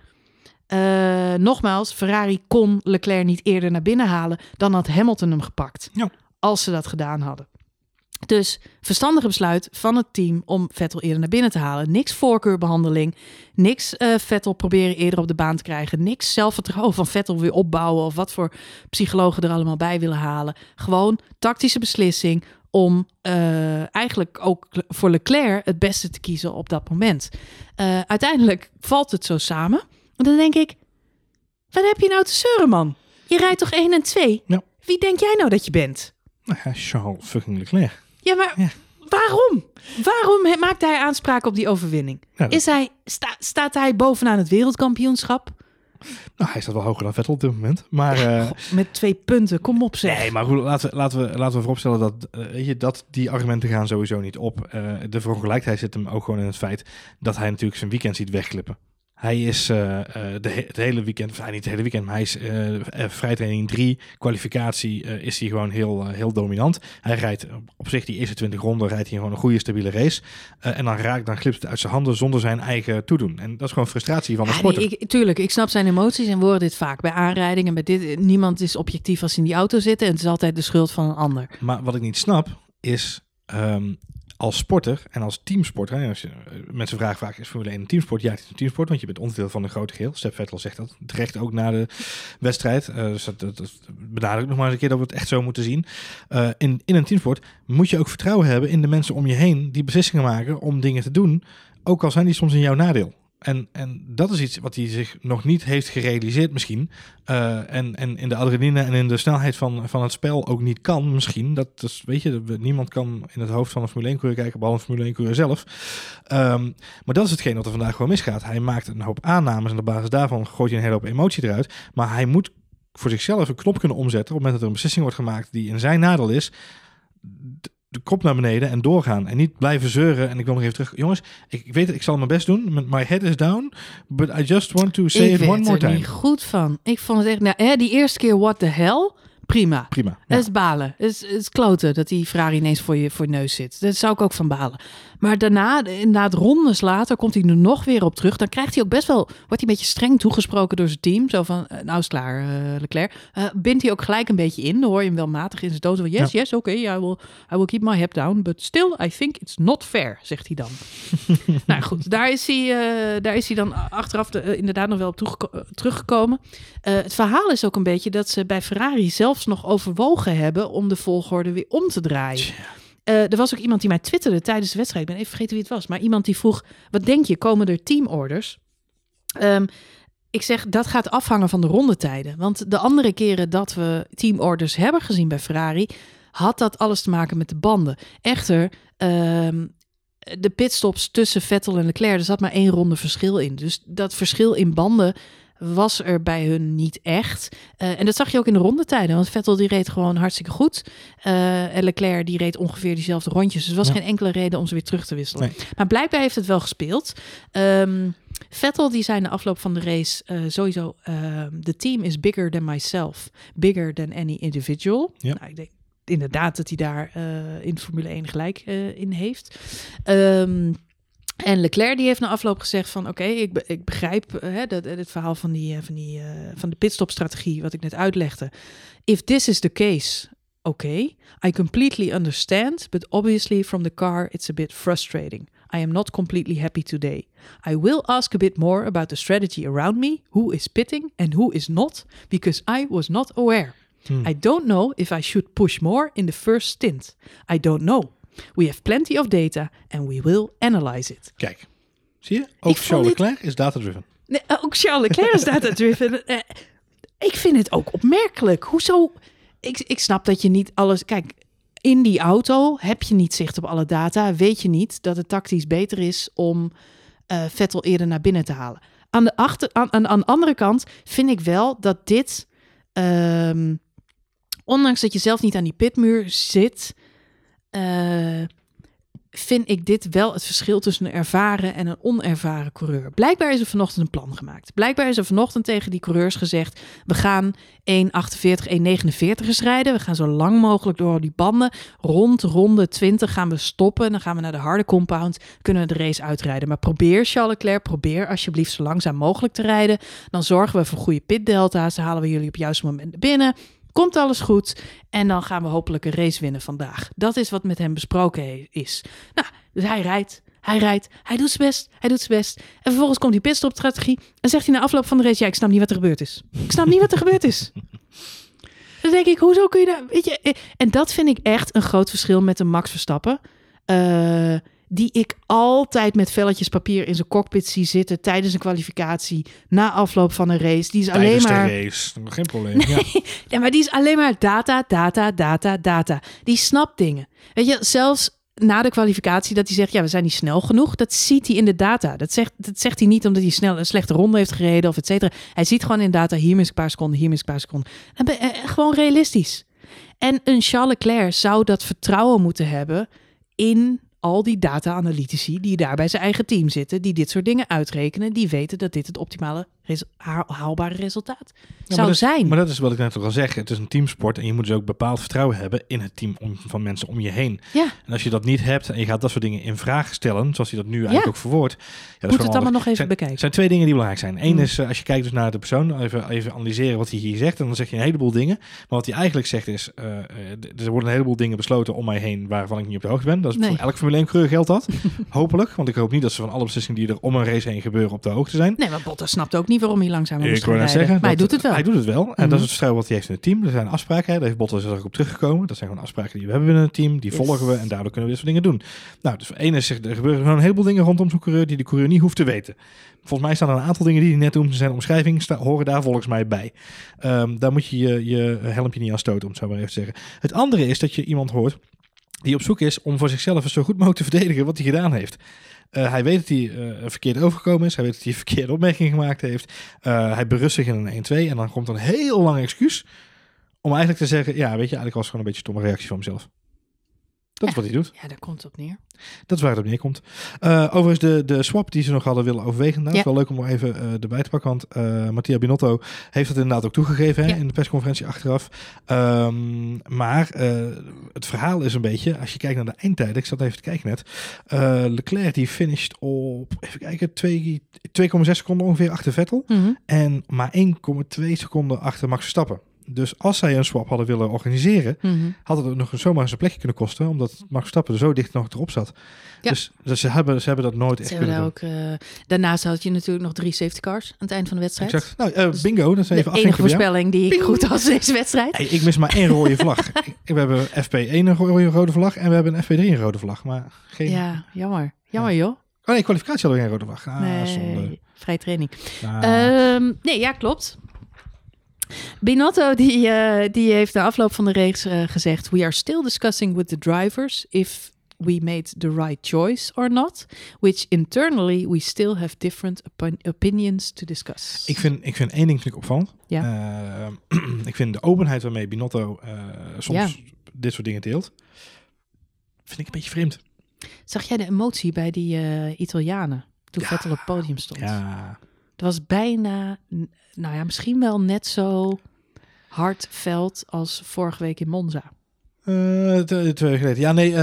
Nogmaals, Ferrari kon Leclerc niet eerder naar binnen halen, dan had Hamilton hem gepakt. Ja. Als ze dat gedaan hadden. Dus verstandige besluit van het team om Vettel eerder naar binnen te halen. Niks voorkeurbehandeling. Niks Vettel proberen eerder op de baan te krijgen. Niks zelfvertrouwen van Vettel weer opbouwen. Of wat voor psychologen er allemaal bij willen halen. Gewoon tactische beslissing om eigenlijk ook voor Leclerc het beste te kiezen op dat moment. Uiteindelijk valt het zo samen. En dan denk ik, wat heb je nou te zeuren, man? Je rijdt toch 1 en 2? Ja. Wie denk jij nou dat je bent? Nou ja, Charles fucking Leclerc. Ja, maar waarom? Waarom maakt hij aanspraak op die overwinning? Ja, Staat hij bovenaan het wereldkampioenschap? Nou, hij staat wel hoger dan Vettel op dit moment. Maar, Met 2 punten, kom op zeg. Nee, maar goed, laten we vooropstellen dat die argumenten gaan sowieso niet op. De verongelijkheid zit hem ook gewoon in het feit dat hij natuurlijk zijn weekend ziet wegklippen. Hij is het hele weekend, niet het hele weekend, maar hij is vrijtraining 3, kwalificatie is hij gewoon heel dominant. Hij rijdt op zich die eerste 20 ronden, rijdt hij gewoon een goede stabiele race. En dan glipt het uit zijn handen zonder zijn eigen toedoen. En dat is gewoon frustratie van de sporter. Nee, tuurlijk, ik snap zijn emoties en we horen dit vaak bij aanrijdingen. Bij dit, niemand is objectief als ze in die auto zitten en het is altijd de schuld van een ander. Maar wat ik niet snap is... als sporter en als teamsporter, hè, mensen vragen vaak, is Formule 1 een teamsport? Ja, het is een teamsport, want je bent onderdeel van een grote geheel. Sepp Vettel zegt dat terecht ook na de wedstrijd. Dus dat benadrukt nog maar eens een keer dat we het echt zo moeten zien. In een teamsport moet je ook vertrouwen hebben in de mensen om je heen die beslissingen maken om dingen te doen, ook al zijn die soms in jouw nadeel. En dat is iets wat hij zich nog niet heeft gerealiseerd misschien. En in de adrenaline en in de snelheid van het spel ook niet kan misschien. Dat is, weet je, niemand kan in het hoofd van een Formule 1-coureur kijken, behalve een Formule 1-coureur zelf. Maar dat is hetgeen wat er vandaag gewoon misgaat. Hij maakt een hoop aannames en op basis daarvan gooit hij een hele hoop emotie eruit. Maar hij moet voor zichzelf een knop kunnen omzetten op het moment dat er een beslissing wordt gemaakt die in zijn nadeel is. De kop naar beneden en doorgaan. En niet blijven zeuren. En ik wil nog even terug. Jongens, ik weet het, ik zal mijn best doen. My head is down. But I just want to say it one more time. Ik werd er niet goed van. Ik vond het echt... Nou, die eerste keer what the hell. prima. Prima. Dat is balen. Het is kloten dat die Ferrari ineens voor je neus zit. Daar zou ik ook van balen. Maar daarna, inderdaad rondes later, komt hij er nog weer op terug. Dan krijgt hij ook best wel, wordt hij een beetje streng toegesproken door zijn team. Zo van, nou is het klaar, Leclerc. Bindt hij ook gelijk een beetje in. Dan hoor je hem wel matig in zijn dood. Yes, oké, I will keep my head down. But still, I think it's not fair, zegt hij dan. Nou goed, daar is hij dan achteraf inderdaad nog wel op teruggekomen. Het verhaal is ook een beetje dat ze bij Ferrari zelfs nog overwogen hebben om de volgorde weer om te draaien. Er was ook iemand die mij twitterde tijdens de wedstrijd. Ik ben even vergeten wie het was. Maar iemand die vroeg, wat denk je, komen er teamorders? Ik zeg, dat gaat afhangen van de rondetijden. Want de andere keren dat we teamorders hebben gezien bij Ferrari, had dat alles te maken met de banden. Echter, de pitstops tussen Vettel en Leclerc, er zat maar 1 ronde verschil in. Dus dat verschil in banden was er bij hun niet echt. En dat zag je ook in de rondetijden. Want Vettel die reed gewoon hartstikke goed. En Leclerc die reed ongeveer diezelfde rondjes. Dus er was geen enkele reden om ze weer terug te wisselen. Nee. Maar blijkbaar heeft het wel gespeeld. Vettel die zei na afloop van de race sowieso, the team is bigger than myself. Bigger than any individual. Ja. Nou, ik denk inderdaad dat hij daar in Formule 1 gelijk in heeft. En Leclerc die heeft na afloop gezegd van oké, ik begrijp het verhaal van de pitstopstrategie wat ik net uitlegde. If this is the case, okay, I completely understand, but obviously from the car it's a bit frustrating. I am not completely happy today. I will ask a bit more about the strategy around me, who is pitting and who is not, because I was not aware. I don't know if I should push more in the first stint. I don't know. We have plenty of data and we will analyze it. Kijk, zie je? Ook Charles Leclerc is data-driven. Nee, ook Charles Leclerc is data-driven. Ik vind het ook opmerkelijk. Hoezo? Ik snap dat je niet alles... Kijk, in die auto heb je niet zicht op alle data. Weet je niet dat het tactisch beter is om Vettel eerder naar binnen te halen. Aan de andere kant vind ik wel dat dit... ondanks dat je zelf niet aan die pitmuur zit... vind ik dit wel het verschil tussen een ervaren en een onervaren coureur. Blijkbaar is er vanochtend een plan gemaakt. Blijkbaar is er vanochtend tegen die coureurs gezegd, we gaan 1.48, 1.49 rijden. We gaan zo lang mogelijk door die banden. Rond ronde 20 gaan we stoppen. Dan gaan we naar de harde compound. Kunnen we de race uitrijden. Maar probeer Charles Leclerc, probeer alsjeblieft zo langzaam mogelijk te rijden. Dan zorgen we voor goede pitdelta's. Dan halen we jullie op het juiste moment binnen. Komt alles goed en dan gaan we hopelijk een race winnen vandaag. Dat is wat met hem besproken is. Nou, dus hij rijdt, hij doet zijn best. En vervolgens komt die pitstopstrategie en zegt hij na afloop van de race, ja, ik snap niet wat er gebeurd is. Dan denk ik, hoezo kun je daar, weet je? En dat vind ik echt een groot verschil met een Max Verstappen. Die ik altijd met velletjes papier in zijn cockpit zie zitten tijdens een kwalificatie, na afloop van een race. Die is tijdens alleen maar... de race, geen probleem. Nee, ja, maar die is alleen maar data. Die snapt dingen. Weet je, zelfs na de kwalificatie dat hij zegt, ja, we zijn niet snel genoeg. Dat ziet hij in de data. Dat zegt hij niet omdat hij snel een slechte ronde heeft gereden of et cetera. Hij ziet gewoon in data, hier mis ik een paar seconden, Gewoon realistisch. En een Charles Leclerc zou dat vertrouwen moeten hebben in al die data-analytici die daar bij zijn eigen team zitten, die dit soort dingen uitrekenen, die weten dat dit het optimale haalbare resultaat zou zijn. Maar dat is wat ik net al zeg. Het is een teamsport en je moet dus ook bepaald vertrouwen hebben in het team van mensen om je heen. Ja. En als je dat niet hebt en je gaat dat soort dingen in vraag stellen, zoals hij dat nu eigenlijk ook verwoordt. Ja, moet het allemaal nog even bekijken. Er zijn 2 dingen die belangrijk zijn. Eén is, als je kijkt dus naar de persoon, even analyseren wat hij hier zegt. En dan zeg je een heleboel dingen. Maar wat hij eigenlijk zegt is, er worden een heleboel dingen besloten om mij heen waarvan ik niet op de hoogte ben. Dat is voor elk Formule 1 coureur geldt dat. Hopelijk. Want ik hoop niet dat ze van alle beslissingen die er om een race heen gebeuren op de hoogte zijn. Nee, maar Bottas snapt ook niet waarom hij langzamer moest rijden. Zeggen, maar hij doet het wel. Hij doet het wel. En dat is het vertrouwen wat hij heeft in het team. Er zijn afspraken. Daar heeft Bottas ook op teruggekomen. Dat zijn gewoon afspraken die we hebben binnen het team. Die volgen we en daardoor kunnen we dit soort dingen doen. Nou, dus één is, er gebeuren gewoon een heleboel dingen rondom zo'n coureur die de coureur niet hoeft te weten. Volgens mij staan er een aantal dingen die hij net noemt in zijn omschrijving, horen daar volgens mij bij. Daar moet je je helmpje niet aan stoten, om het zo maar even te zeggen. Het andere is dat je iemand hoort die op zoek is om voor zichzelf zo goed mogelijk te verdedigen wat hij gedaan heeft. Hij weet dat hij verkeerd overgekomen is. Hij weet dat hij een verkeerde opmerking gemaakt heeft. Hij berust zich in een 1-2 en dan komt een heel lang excuus om eigenlijk te zeggen, ja, weet je, eigenlijk was het gewoon een beetje een stomme reactie van mezelf. Dat is wat hij doet. Ja, daar komt het op neer. Dat is waar het op neerkomt. Overigens, de swap die ze nog hadden willen overwegen. Dat is wel leuk om even erbij te pakken. Want Mattia Binotto heeft het inderdaad ook toegegeven in de persconferentie achteraf. Maar het verhaal is een beetje, als je kijkt naar de eindtijden. Ik zat even te kijken net. Leclerc die finished op, even kijken, 2,6 seconden ongeveer achter Vettel. Mm-hmm. En maar 1,2 seconden achter Max Verstappen. Dus als zij een swap hadden willen organiseren, had het nog zomaar eens een plekje kunnen kosten, omdat Max Verstappen er zo dicht nog erop zat. Ja. Dus ze hebben dat nooit echt kunnen doen. Ook, daarnaast had je natuurlijk nog 3 safety cars aan het eind van de wedstrijd. Exact. Nou, bingo. Dat is even de enige voorspelling die ik goed had deze wedstrijd. Hey, ik mis maar 1 rode vlag. We hebben FP1 een rode vlag en we hebben een FP3 een rode vlag. Maar geen... Ja, jammer. Jammer joh. Oh nee, kwalificatie hadden we geen rode vlag. Nee, zonde. vrije training. Nee, ja, klopt. Binotto die heeft na afloop van de race gezegd: "We are still discussing with the drivers if we made the right choice or not, which internally we still have different opinions to discuss." Ik vind 1 ding natuurlijk opvallend. Ja. Ik vind de openheid waarmee Binotto soms dit soort dingen deelt, vind ik een beetje vreemd. Zag jij de emotie bij die Italianen toen Vettel op het podium stond? Ja. Het was bijna, nou ja, misschien wel net zo hardveld als vorige week in Monza. 2 weken geleden. Ja, nee.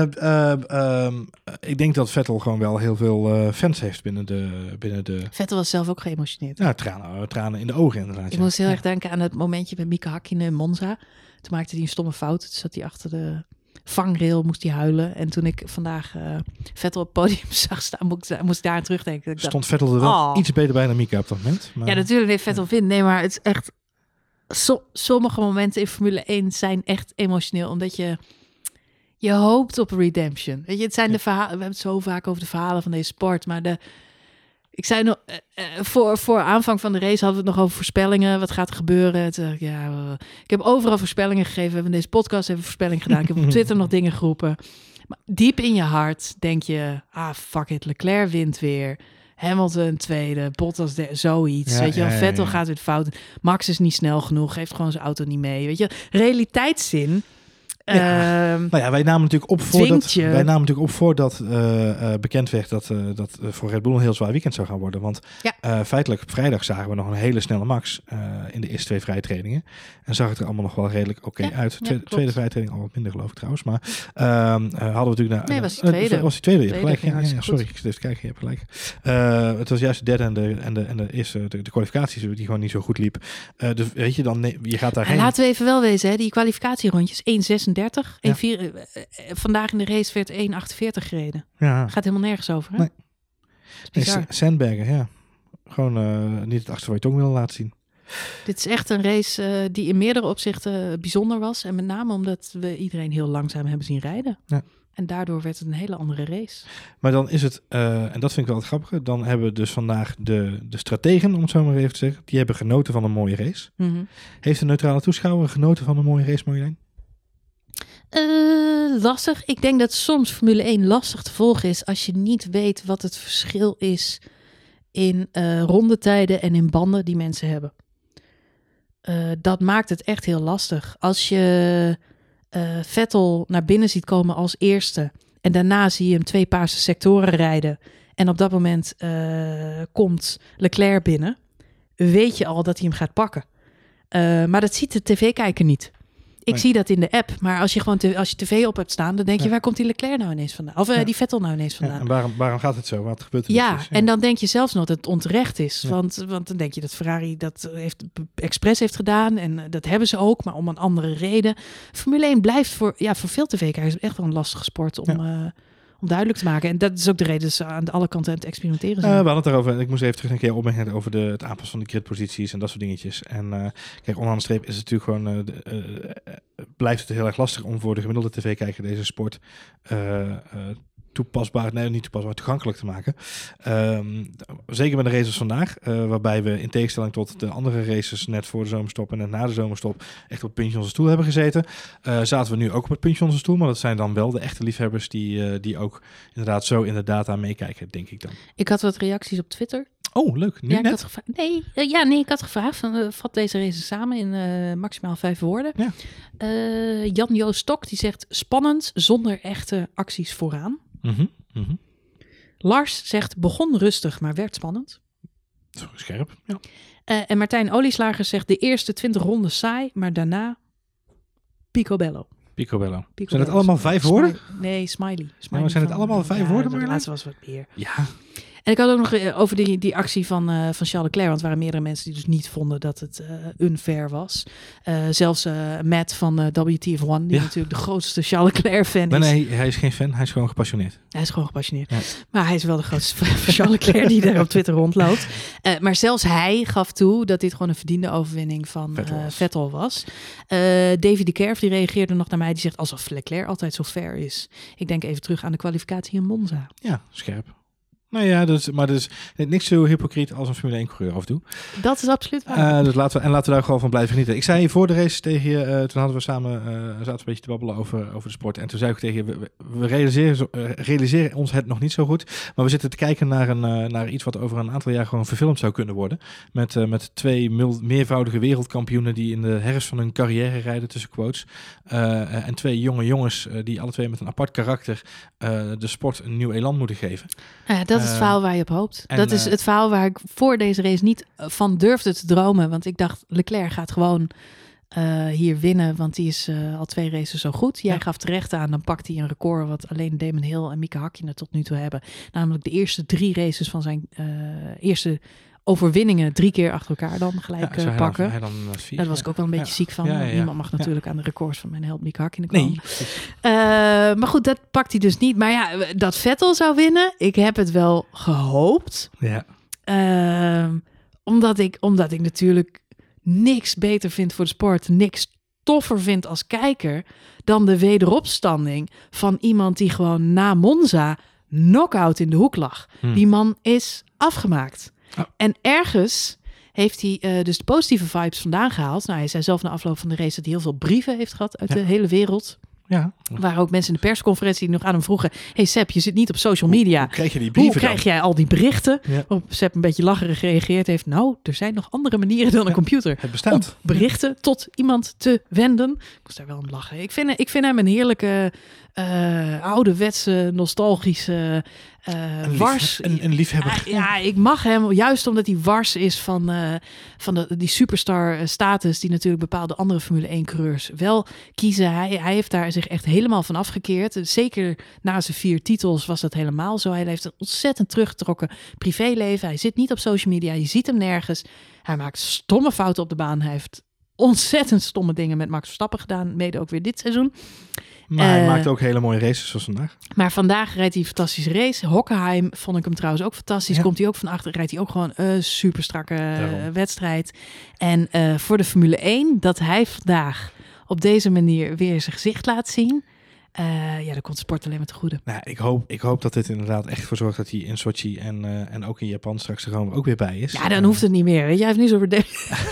Ik denk dat Vettel gewoon wel heel veel fans heeft binnen de... Vettel was zelf ook geëmotioneerd. Ja, tranen in de ogen inderdaad. Ik moest heel erg denken aan het momentje met Mika Hakkinen in Monza. Toen maakte hij een stomme fout. Toen zat hij achter de vangrail, moest hij huilen. En toen ik vandaag Vettel op het podium zag staan, moest ik daar aan terugdenken. Stond Vettel er wel iets beter bij dan Mika op dat moment. Maar... Ja, natuurlijk heeft Vettel wint. Nee, maar het is echt... sommige momenten in Formule 1 zijn echt emotioneel, omdat je hoopt op redemption. Weet je, het zijn de verhalen. We hebben het zo vaak over de verhalen van deze sport, maar ik zei nog voor aanvang van de race hadden we het nog over voorspellingen. Wat gaat er gebeuren? Ik heb overal voorspellingen gegeven. We hebben in deze podcast even voorspelling gedaan. Ik heb op Twitter nog dingen geroepen. Maar diep in je hart denk je, fuck it, Leclerc wint weer. Hamilton tweede, Bottas zoiets. Ja, weet je wel, Vettel ja. gaat weer fout. Max is niet snel genoeg, geeft gewoon zijn auto niet mee. Weet je, realiteitszin. Nou ja, wij namen natuurlijk op voordat bekend werd dat voor Red Bull een heel zwaar weekend zou gaan worden. Want feitelijk op vrijdag zagen we nog een hele snelle Max in de eerste 2 vrije trainingen. En zag het er allemaal nog wel redelijk oké uit. Tweede vrije training al wat minder geloof ik trouwens. Maar hadden we natuurlijk... Nee, was die tweede. Was die tweede, je hebt gelijk. Ja, sorry, ik zit even te kijken, je hebt gelijk. Het was juist de derde en de eerste, de kwalificaties die gewoon niet zo goed liep. Dus weet je, dan je gaat daarheen. Laten we even wel wezen, hè, die kwalificatierondjes 1.36. 1.4, vandaag in de race werd 1.48 gereden. Ja. Gaat helemaal nergens over, hè? Nee, Sandbergen, ja. Gewoon niet het achter van je tong willen laten zien. Dit is echt een race die in meerdere opzichten bijzonder was. En met name omdat we iedereen heel langzaam hebben zien rijden. Ja. En daardoor werd het een hele andere race. Maar dan is het, en dat vind ik wel het grappige, dan hebben we dus vandaag de strategen, om het zo maar even te zeggen, die hebben genoten van een mooie race. Mm-hmm. Heeft de neutrale toeschouwer genoten van een mooie race, Marjolein? Lastig. Ik denk dat soms Formule 1 lastig te volgen is als je niet weet wat het verschil is in rondetijden en in banden die mensen hebben. Dat maakt het echt heel lastig. Als je Vettel naar binnen ziet komen als eerste en daarna zie je hem 2 paarse sectoren rijden en op dat moment komt Leclerc binnen, weet je al dat hij hem gaat pakken. Maar dat ziet de tv-kijker niet. Ik zie dat in de app, maar als je tv op hebt staan, dan denk je, waar komt die Leclerc nou ineens vandaan? Of die Vettel nou ineens vandaan? Ja, en waarom gaat het zo? Wat gebeurt er? Ja, en dan denk je zelfs nog dat het onterecht is. Ja. Want dan denk je dat Ferrari dat expres heeft gedaan en dat hebben ze ook, maar om een andere reden. Formule 1 blijft voor veel tv-kijkers echt wel een lastige sport om duidelijk te maken. En dat is ook de reden dat ze aan alle kanten aan het experimenteren zijn. We hadden het erover. Ik moest even terug een keer opmerken over het aanpassen van de gridposities en dat soort dingetjes. En kijk, onderaan de streep is het natuurlijk gewoon blijft het heel erg lastig om voor de gemiddelde tv-kijker deze sport toegankelijk te maken. Zeker met de races vandaag, waarbij we in tegenstelling tot de andere races net voor de zomerstop en net na de zomerstop echt op het puntje onze stoel hebben gezeten. Zaten we nu ook op het puntje onze stoel, maar dat zijn dan wel de echte liefhebbers die ook inderdaad zo in de data meekijken, denk ik dan. Ik had wat reacties op Twitter. Oh, leuk. Nu Ja, ik net? had gevraagd. Ik had gevraagd van vat deze race samen in maximaal 5 woorden. Ja. Jan-Jo Stok die zegt spannend zonder echte acties vooraan. Mhm, mhm. Lars zegt begon rustig, maar werd spannend. Scherp. Ja. En Martijn Olieslager zegt de eerste 20 ronden saai, maar daarna picobello. Picobello. Zijn het allemaal 5 woorden? Nee, smiley. Ja, maar zijn het allemaal 5 woorden? De laatste was wat meer. Ja. En ik had ook nog over die actie van Charles Leclerc. Want er waren meerdere mensen die dus niet vonden dat het unfair was. Zelfs Matt van WTF1, die natuurlijk de grootste Charles Leclerc fan is. Nee, hij is geen fan. Hij is gewoon gepassioneerd. Hij is gewoon gepassioneerd. Ja. Maar hij is wel de grootste fan van Charles Leclerc die daar op Twitter rondloopt. Maar zelfs hij gaf toe dat dit gewoon een verdiende overwinning van Vettel was. Davy de Kerf die reageerde nog naar mij. Die zegt alsof Leclerc altijd zo fair is. Ik denk even terug aan de kwalificatie in Monza. Ja, scherp. Nou ja, maar dat is niks zo hypocriet als een Formule 1-coureur af en toe. Dat is absoluut waar. Dus laten we daar gewoon van blijven genieten. Ik zei voor de race tegen je, toen hadden we zaten we een beetje te babbelen over de sport. En toen zei ik tegen je, we realiseren ons het nog niet zo goed. Maar we zitten te kijken naar iets wat over een aantal jaar gewoon verfilmd zou kunnen worden. Met 2 meervoudige wereldkampioenen die in de herfst van hun carrière rijden, tussen quotes. En 2 jonge jongens die alle twee met een apart karakter de sport een nieuw elan moeten geven. Ja, dat is het verhaal waar je op hoopt. Dat is het verhaal waar ik voor deze race niet van durfde te dromen. Want ik dacht, Leclerc gaat gewoon hier winnen. Want die is al 2 races zo goed. Jij gaf terecht aan, dan pakt hij een record wat alleen Damon Hill en Mika Hakkinen tot nu toe hebben. Namelijk de eerste 3 races van zijn eerste overwinningen 3 keer achter elkaar dan gelijk pakken. Daar was ik ook wel een beetje ziek van. Niemand mag natuurlijk aan de records van mijn held Mika Hakkinen komen. Nee. Maar goed, dat pakt hij dus niet. Maar ja, dat Vettel zou winnen, ik heb het wel gehoopt. Ja. Omdat ik natuurlijk niks beter vind voor de sport, niks toffer vind als kijker dan de wederopstanding van iemand die gewoon na Monza knock-out in de hoek lag. Die man is afgemaakt. Oh. En ergens heeft hij dus de positieve vibes vandaan gehaald. Nou, hij zei zelf na afloop van de race dat hij heel veel brieven heeft gehad uit de hele wereld. Ja. Er waren ook mensen in de persconferentie die nog aan hem vroegen: hey Sepp, je zit niet op social media. Hoe krijg je die brieven? Hoe krijg jij al die berichten? Ja. Op Sepp een beetje lacherig gereageerd heeft. Nou, er zijn nog andere manieren dan een computer. Het bestaat. Om berichten tot iemand te wenden. Ik moest daar wel om lachen. Ik vind hem een heerlijke, ouderwetse, nostalgische wars. Een liefhebber. Ja, ik mag hem juist omdat hij wars is van die superstar status die natuurlijk bepaalde andere Formule 1 coureurs wel kiezen. Hij heeft daar zich echt helemaal van afgekeerd. Zeker na zijn 4 titels was dat helemaal zo. Hij heeft een ontzettend teruggetrokken privéleven. Hij zit niet op social media. Je ziet hem nergens. Hij maakt stomme fouten op de baan. Hij heeft ontzettend stomme dingen met Max Verstappen gedaan. Mede ook weer dit seizoen. Maar hij maakt ook hele mooie races zoals vandaag. Maar vandaag rijdt hij een fantastische race. Hockenheim vond ik hem trouwens ook fantastisch. Ja. Komt hij ook van achter, rijdt hij ook gewoon een super strakke wedstrijd. En voor de Formule 1, dat hij vandaag op deze manier weer zijn gezicht laat zien. Daar komt sport alleen maar te goede. Nou, ik hoop dat dit inderdaad echt voor zorgt dat hij in Sochi en ook in Japan straks er gewoon ook weer bij is. Ja, dan hoeft het niet meer. Weet je, hij heeft nu zo weer.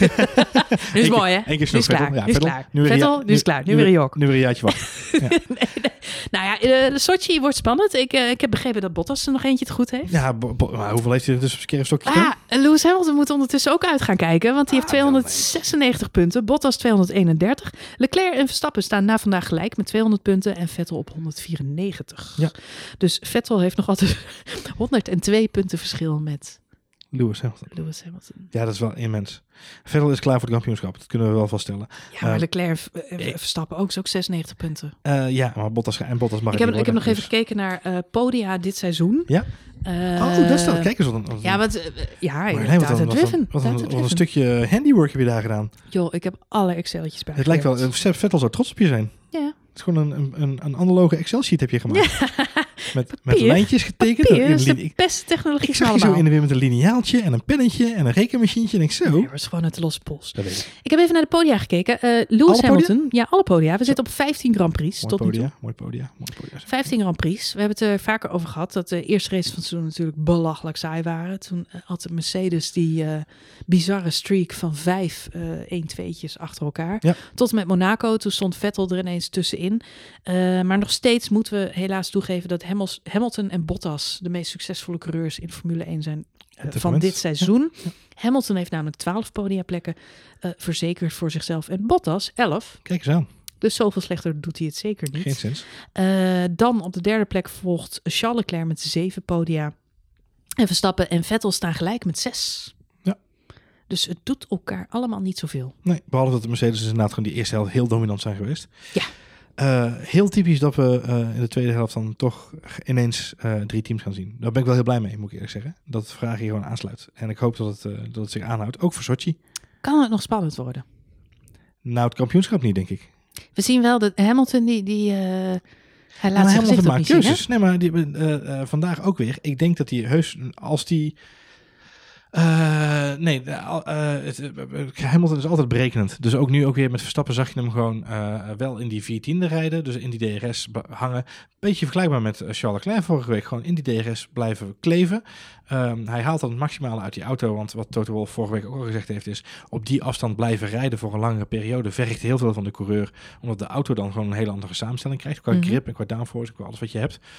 Nu is mooi, hè? Eén keer nu is klaar. Ja, nu is klaar. Vettel, nu is klaar. Nu weer een jok. Nu weer een jaartje wachten. Ja. nee. Nou ja, de Sochi wordt spannend. Ik heb begrepen dat Bottas er nog eentje te goed heeft. Ja, maar hoeveel heeft hij er dus op zijn kerfstokje? Lewis Hamilton moet ondertussen ook uit gaan kijken. Want die heeft 296 punten. Bottas 231. Leclerc en Verstappen staan na vandaag gelijk met 200 punten. En Vettel op 194. Ja. Dus Vettel heeft nog altijd 102 punten verschil met Lewis Hamilton. Ja, dat is wel immens. Vettel is klaar voor het kampioenschap. Dat kunnen we wel vaststellen. Ja, maar Leclerc Verstappen ook 96 punten. Ja, maar Bottas mag ik heb nog even gekeken naar podia dit seizoen. Ja? Dat is dat. Kijk eens wat een... Ja, wat een stukje handiwork heb je daar gedaan. Joh, ik heb alle Excelletjes bij. Het lijkt wel, Vettel zou trots op je zijn. Ja. Het is gewoon een analoge Excel-sheet heb je gemaakt. Ja. Met lijntjes getekend. Papier is de beste technologie. Ik zag je zo in de weer met een lineaaltje en een pennetje en een rekenmachientje. En ik zo. Nee, maar het is gewoon uit de losse pols. Ik heb even naar de podia gekeken. Lewis Hamilton. Ja, alle podia. We zitten op 15 Grand Prix. Mooi podia. 15 Grand Prix. We hebben het er vaker over gehad. Dat de eerste races van het seizoen natuurlijk belachelijk saai waren. Toen had de Mercedes die bizarre streak van 5 1-2'tjes achter elkaar. Ja. Tot en met Monaco. Toen stond Vettel er ineens tussenin. Maar nog steeds moeten we helaas toegeven dat Hamilton als Hamilton en Bottas de meest succesvolle coureurs in Formule 1 zijn van moment. dit seizoen. Ja. Hamilton heeft namelijk 12 podiaplekken verzekerd voor zichzelf. En Bottas 11. Kijk eens aan. Dus zoveel slechter doet hij het zeker niet. Geen sens. Dan op de derde plek volgt Charles Leclerc met 7 podia. En Verstappen en Vettel staan gelijk met 6. Ja. Dus het doet elkaar allemaal niet zoveel. Nee, behalve dat de Mercedes inderdaad gewoon die eerste helft heel dominant zijn geweest. Ja. Heel typisch dat we in de tweede helft dan toch ineens 3 teams gaan zien. Daar ben ik wel heel blij mee, moet ik eerlijk zeggen. Dat het vraag hier gewoon aansluit. En ik hoop dat het zich aanhoudt. Ook voor Sochi. Kan het nog spannend worden? Nou, het kampioenschap niet, denk ik. We zien wel dat Hamilton, hij laat zijn Hamilton gezicht ook maakt niet zien, hè? keuzes. Nee, maar vandaag ook weer. Ik denk dat hij heus, als die... Hamilton is altijd berekenend. Dus ook nu ook weer met Verstappen zag je hem gewoon wel in die 14e rijden. Dus in die DRS hangen. Beetje vergelijkbaar met Charles Leclerc vorige week. Gewoon in die DRS blijven kleven. Hij haalt dan het maximale uit die auto. Want wat Toto Wolff vorige week ook al gezegd heeft is... op die afstand blijven rijden voor een langere periode... vergt heel veel van de coureur. Omdat de auto dan gewoon een hele andere samenstelling krijgt. Qua grip en qua downforce. Qua alles wat je hebt.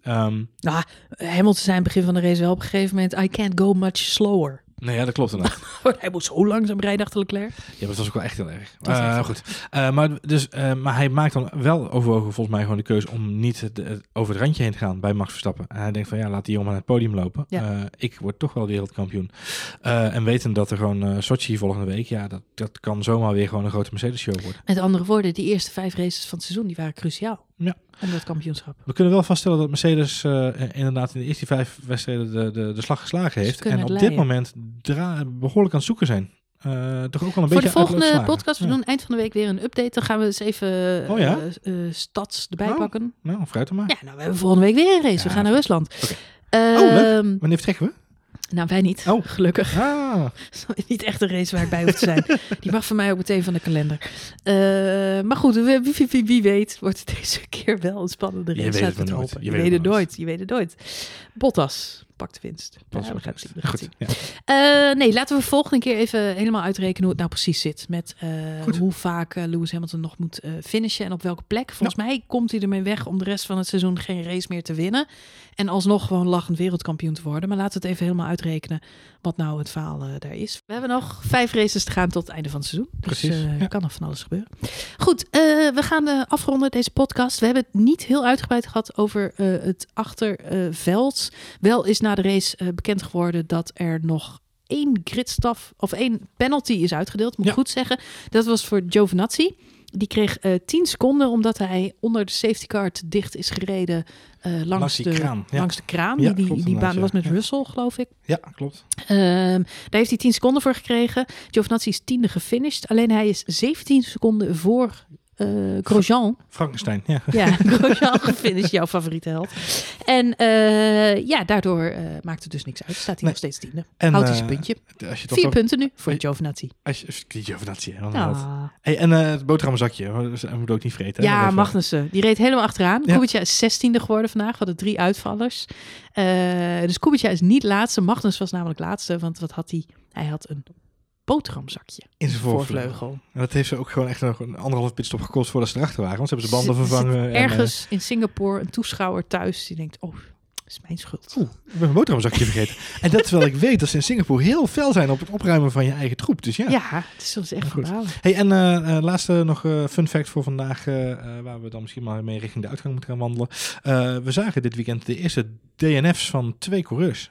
Hamilton zei aan het begin van de race wel op een gegeven moment... I can't go much slower. Nee, ja, dat klopt inderdaad. Hij moet zo langzaam rijden achter Leclerc. Ja, maar dat was ook wel echt heel erg. Dat was echt goed. Maar hij maakt dan wel overwogen volgens mij gewoon de keuze om niet over het randje heen te gaan bij Max Verstappen. En hij denkt van ja, laat die jongen naar het podium lopen. Ja. Ik word toch wel wereldkampioen. En weten dat er gewoon Sochi volgende week, ja, dat kan zomaar weer gewoon een grote Mercedes show worden. Met andere woorden, die eerste 5 races van het seizoen, die waren cruciaal. Ja. Om dat kampioenschap. We kunnen wel vaststellen dat Mercedes inderdaad in de eerste 5 wedstrijden de slag geslagen heeft. En op dit moment behoorlijk aan het zoeken zijn. Toch ook wel een voor beetje de volgende uitgeslagen. podcast, we doen eind van de week weer een update. Dan gaan we eens even stads erbij pakken. Nou, fruit er maar. Ja, nou, we hebben volgende week weer een race. Ja, we gaan naar Rusland. Okay. Leuk. Wanneer vertrekken we? Nou, wij niet. Oh. Gelukkig. Ah. Niet echt een race waar ik bij hoef te zijn. Die mag van mij ook meteen van de kalender. Maar goed, wie weet wordt het deze keer wel een spannende race. Je weet het nooit. Bottas pakt de winst. We gaan het zien. Ja. Nee, laten we volgende keer even helemaal uitrekenen hoe het nou precies zit. Met hoe vaak Lewis Hamilton nog moet finishen en op welke plek. Volgens mij komt hij ermee weg om de rest van het seizoen geen race meer te winnen. En alsnog gewoon lachend wereldkampioen te worden. Maar laten we het even helemaal uitrekenen wat nou het verhaal daar is. We hebben nog 5 races te gaan tot het einde van het seizoen. Dus kan nog van alles gebeuren. Goed, we gaan afronden deze podcast. We hebben het niet heel uitgebreid gehad over het achterveld. Wel is na de race bekend geworden dat er nog 1 gridstraf of 1 penalty is uitgedeeld. Moet ik goed zeggen. Dat was voor Giovinazzi. Die kreeg 10 seconden omdat hij onder de safety car te dicht is gereden langs de kraan. Ja, die baan was met Russell, geloof ik. Ja, klopt. Daar heeft hij 10 seconden voor gekregen. Giovinazzi is 10e gefinished. Alleen hij is 17 seconden voor Grosjean. Frankenstein, ja. Ja, Grosjean gefinished, jouw favoriete held. En daardoor maakt het dus niks uit. Staat hij nog steeds 10e. Houdt hij zijn puntje. 4 punten nu voor Giovinazzi. Giovinazzi, Hey, en het boterhammenzakje, dat moet ook niet vreten. Ja, Magnussen. Die reed helemaal achteraan. Ja. Kubica is 16e geworden vandaag. We hadden 3 uitvallers. Dus Kubica is niet laatste. Magnus was namelijk laatste, want wat had hij? Hij had een boterhamzakje in zijn voorvleugel. En dat heeft ze ook gewoon echt nog een 1,5 pitstop gekost voordat ze erachter waren. Want ze hebben ze banden vervangen. Ergens in Singapore een toeschouwer thuis die denkt, oh, dat is mijn schuld. Ik ben een boterhamzakje vergeten. En dat terwijl ik weet dat ze in Singapore heel fel zijn op het opruimen van je eigen troep. Dus ja. Ja, het is soms echt verhalen. Hey, en laatste nog fun fact voor vandaag, waar we dan misschien maar mee richting de uitgang moeten gaan wandelen. We zagen dit weekend de eerste DNF's van 2 coureurs.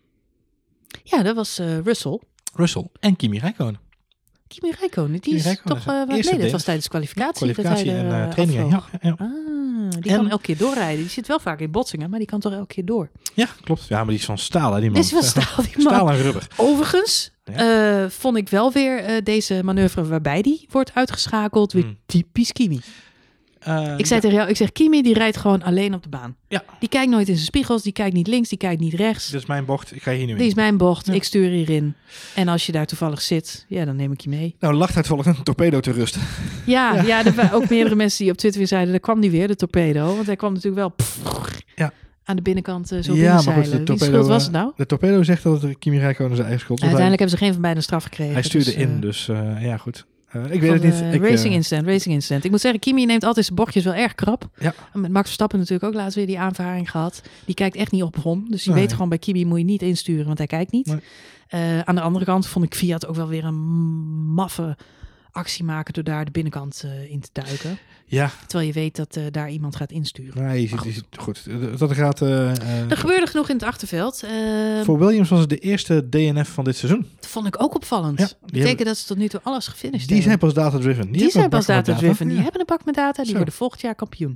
Ja, dat was Russell En Kimi Räikkönen. Kimi Räikkönen, die is toch... dat was tijdens kwalificatie en trainingen. Ja. Die kan elke keer doorrijden. Die zit wel vaak in botsingen, maar die kan toch elke keer door. Ja, klopt. Ja, maar die is van staal, hè, die man. Die is van staal, die man. Staal en rubber. Overigens vond ik wel weer deze manoeuvre waarbij die wordt uitgeschakeld weer typisch Kimi. Ik zei tegen jou, ik zeg Kimi die rijdt gewoon alleen op de baan. Ja. Die kijkt nooit in zijn spiegels, die kijkt niet links, die kijkt niet rechts. Dit is mijn bocht, ik ga hier nu in. Dit is mijn bocht, ik stuur hierin. En als je daar toevallig zit, ja, dan neem ik je mee. Nou, lacht hij toevallig een torpedo te rusten. Ja, er waren ook meerdere mensen die op Twitter weer zeiden, daar kwam die weer, de torpedo. Want hij kwam natuurlijk wel aan de binnenkant zo binnenzeilen. Wie schuld was het nou? De torpedo zegt dat het Kimi Räikkönen zijn eigen schuld was. Uiteindelijk hebben ze geen van beiden een straf gekregen. Hij stuurde in, dus ja goed. Ik weet het niet. Racing Instant. Ik moet zeggen, Kimi neemt altijd zijn bochtjes wel erg krap. Ja. Met Max Verstappen natuurlijk ook laatst weer die aanvaring gehad. Die kijkt echt niet op Ron. Dus je Nee. weet gewoon, bij Kimi moet je niet insturen, want hij kijkt niet. Nee. Aan de andere kant vond ik Fiat ook wel weer een maffe actie maken door daar de binnenkant in te duiken. Ja. Terwijl je weet dat daar iemand gaat insturen. Nee, goed. Dat gaat... Er gebeurde genoeg in het achterveld. voor Williams was het de eerste DNF van dit seizoen. Dat vond ik ook opvallend. Ja, Dat betekent dat ze tot nu toe alles gefinished Die zijn hebben. pas data-driven. Die zijn pas data-driven. Die Ja. hebben een bak met data. Die Zo. worden volgend jaar kampioen.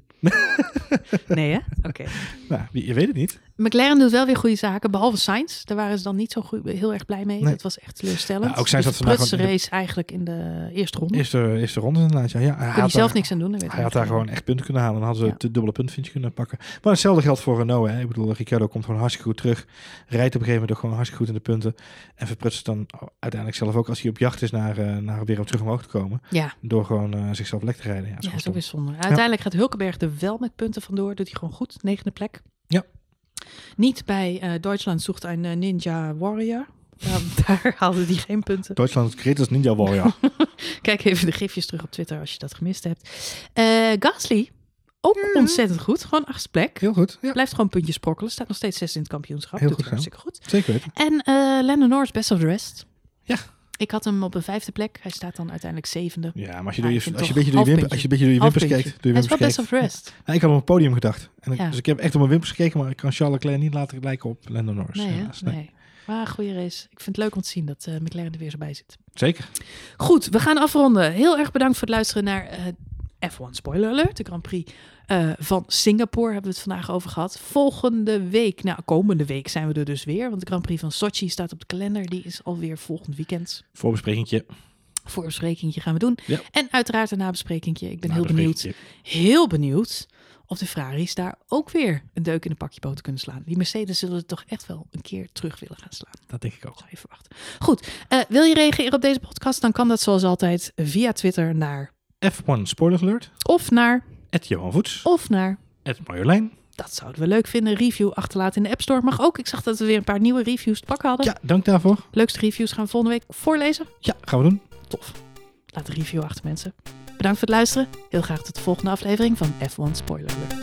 Nee, hè? Oké. Nou, je weet het niet. McLaren doet wel weer goede zaken, behalve Sainz. Daar waren ze dan niet zo heel erg blij mee. Nee. Dat was echt teleurstellend. Nou, ook Sainz dus had vandaag de gewoon- race eigenlijk in de eerste ronde. Eerste ronde inderdaad. Ja, Kon hij zelf niks aan doen. Dat weet Hij ik had niet. daar gewoon echt punten kunnen halen. Dan hadden ze Ja. het dubbele puntvinkje kunnen pakken. Maar hetzelfde geldt voor Renault. Hè. Ik bedoel, Ricciardo komt gewoon hartstikke goed terug. Rijdt op een gegeven moment ook gewoon hartstikke goed in de punten. En verprutst dan uiteindelijk zelf ook als hij op jacht is naar weer om terug omhoog te komen. Ja, Door gewoon zichzelf lek te rijden. Ja, dat is ja, gewoon zo stom. is zonde. Uiteindelijk gaat Hulkenberg er wel met punten vandoor. Doet hij gewoon goed. 9e plek. Ja. Niet bij Duitsland zoekt een Ninja Warrior. Daar haalde hij geen punten. Duitsland creëert als Ninja Warrior. Kijk even de gifjes terug op Twitter als je dat gemist hebt. Gasly, ook ontzettend goed. Gewoon 8e plek. Heel goed. Ja, Blijft gewoon puntjes sprokkelen. Staat nog steeds 6 in het kampioenschap. Heel Doet goed hij hartstikke goed. zeker weten. En Lando Norris, best of the rest. Ja. Ik had hem op een 5e plek. Hij staat dan uiteindelijk 7e. Ja, maar als Ja, je, ik vind een toch beetje door je half wimpers puntje. kijkt. Door je Hij is wel wimpers best kijkt. of the rest. Ja, ik had op een podium gedacht. Ja. Dus ik heb echt op mijn wimpers gekeken, maar ik kan Charles Leclerc niet laten lijken op Lando Norris. Nee, hè? helaas. Nee. Maar een goede race. Ik vind het leuk om te zien dat McLaren er weer zo bij zit. Zeker. Goed, we gaan afronden. Heel erg bedankt voor het luisteren naar F1 Spoiler Alert. De Grand Prix van Singapore hebben we het vandaag over gehad. Komende week zijn we er dus weer. Want de Grand Prix van Sochi staat op de kalender. Die is alweer volgend weekend. Voorbesprekingje. Voorbesprekingje gaan we doen. Ja. En uiteraard een nabesprekingje. Ik ben Nabesprekingje. heel benieuwd of de Ferraris daar ook weer een deuk in een pakje boter kunnen slaan. Die Mercedes zullen het toch echt wel een keer terug willen gaan slaan. Dat denk ik ook. Zou je verwachten. Goed, wil je reageren op deze podcast? Dan kan dat zoals altijd via Twitter naar F1 Spoiler Alert. of naar Johan Voets. of naar. Marjolein. Dat zouden we leuk vinden. Review achterlaten in de App Store. Mag ook. Ik zag dat we weer een paar nieuwe reviews te pakken hadden. Ja, dank daarvoor. Leukste reviews gaan we volgende week voorlezen. Ja, gaan we doen. Tof. Laat een review achter, mensen. Bedankt voor het luisteren. Heel graag tot de volgende aflevering van F1 Spoiler Alert.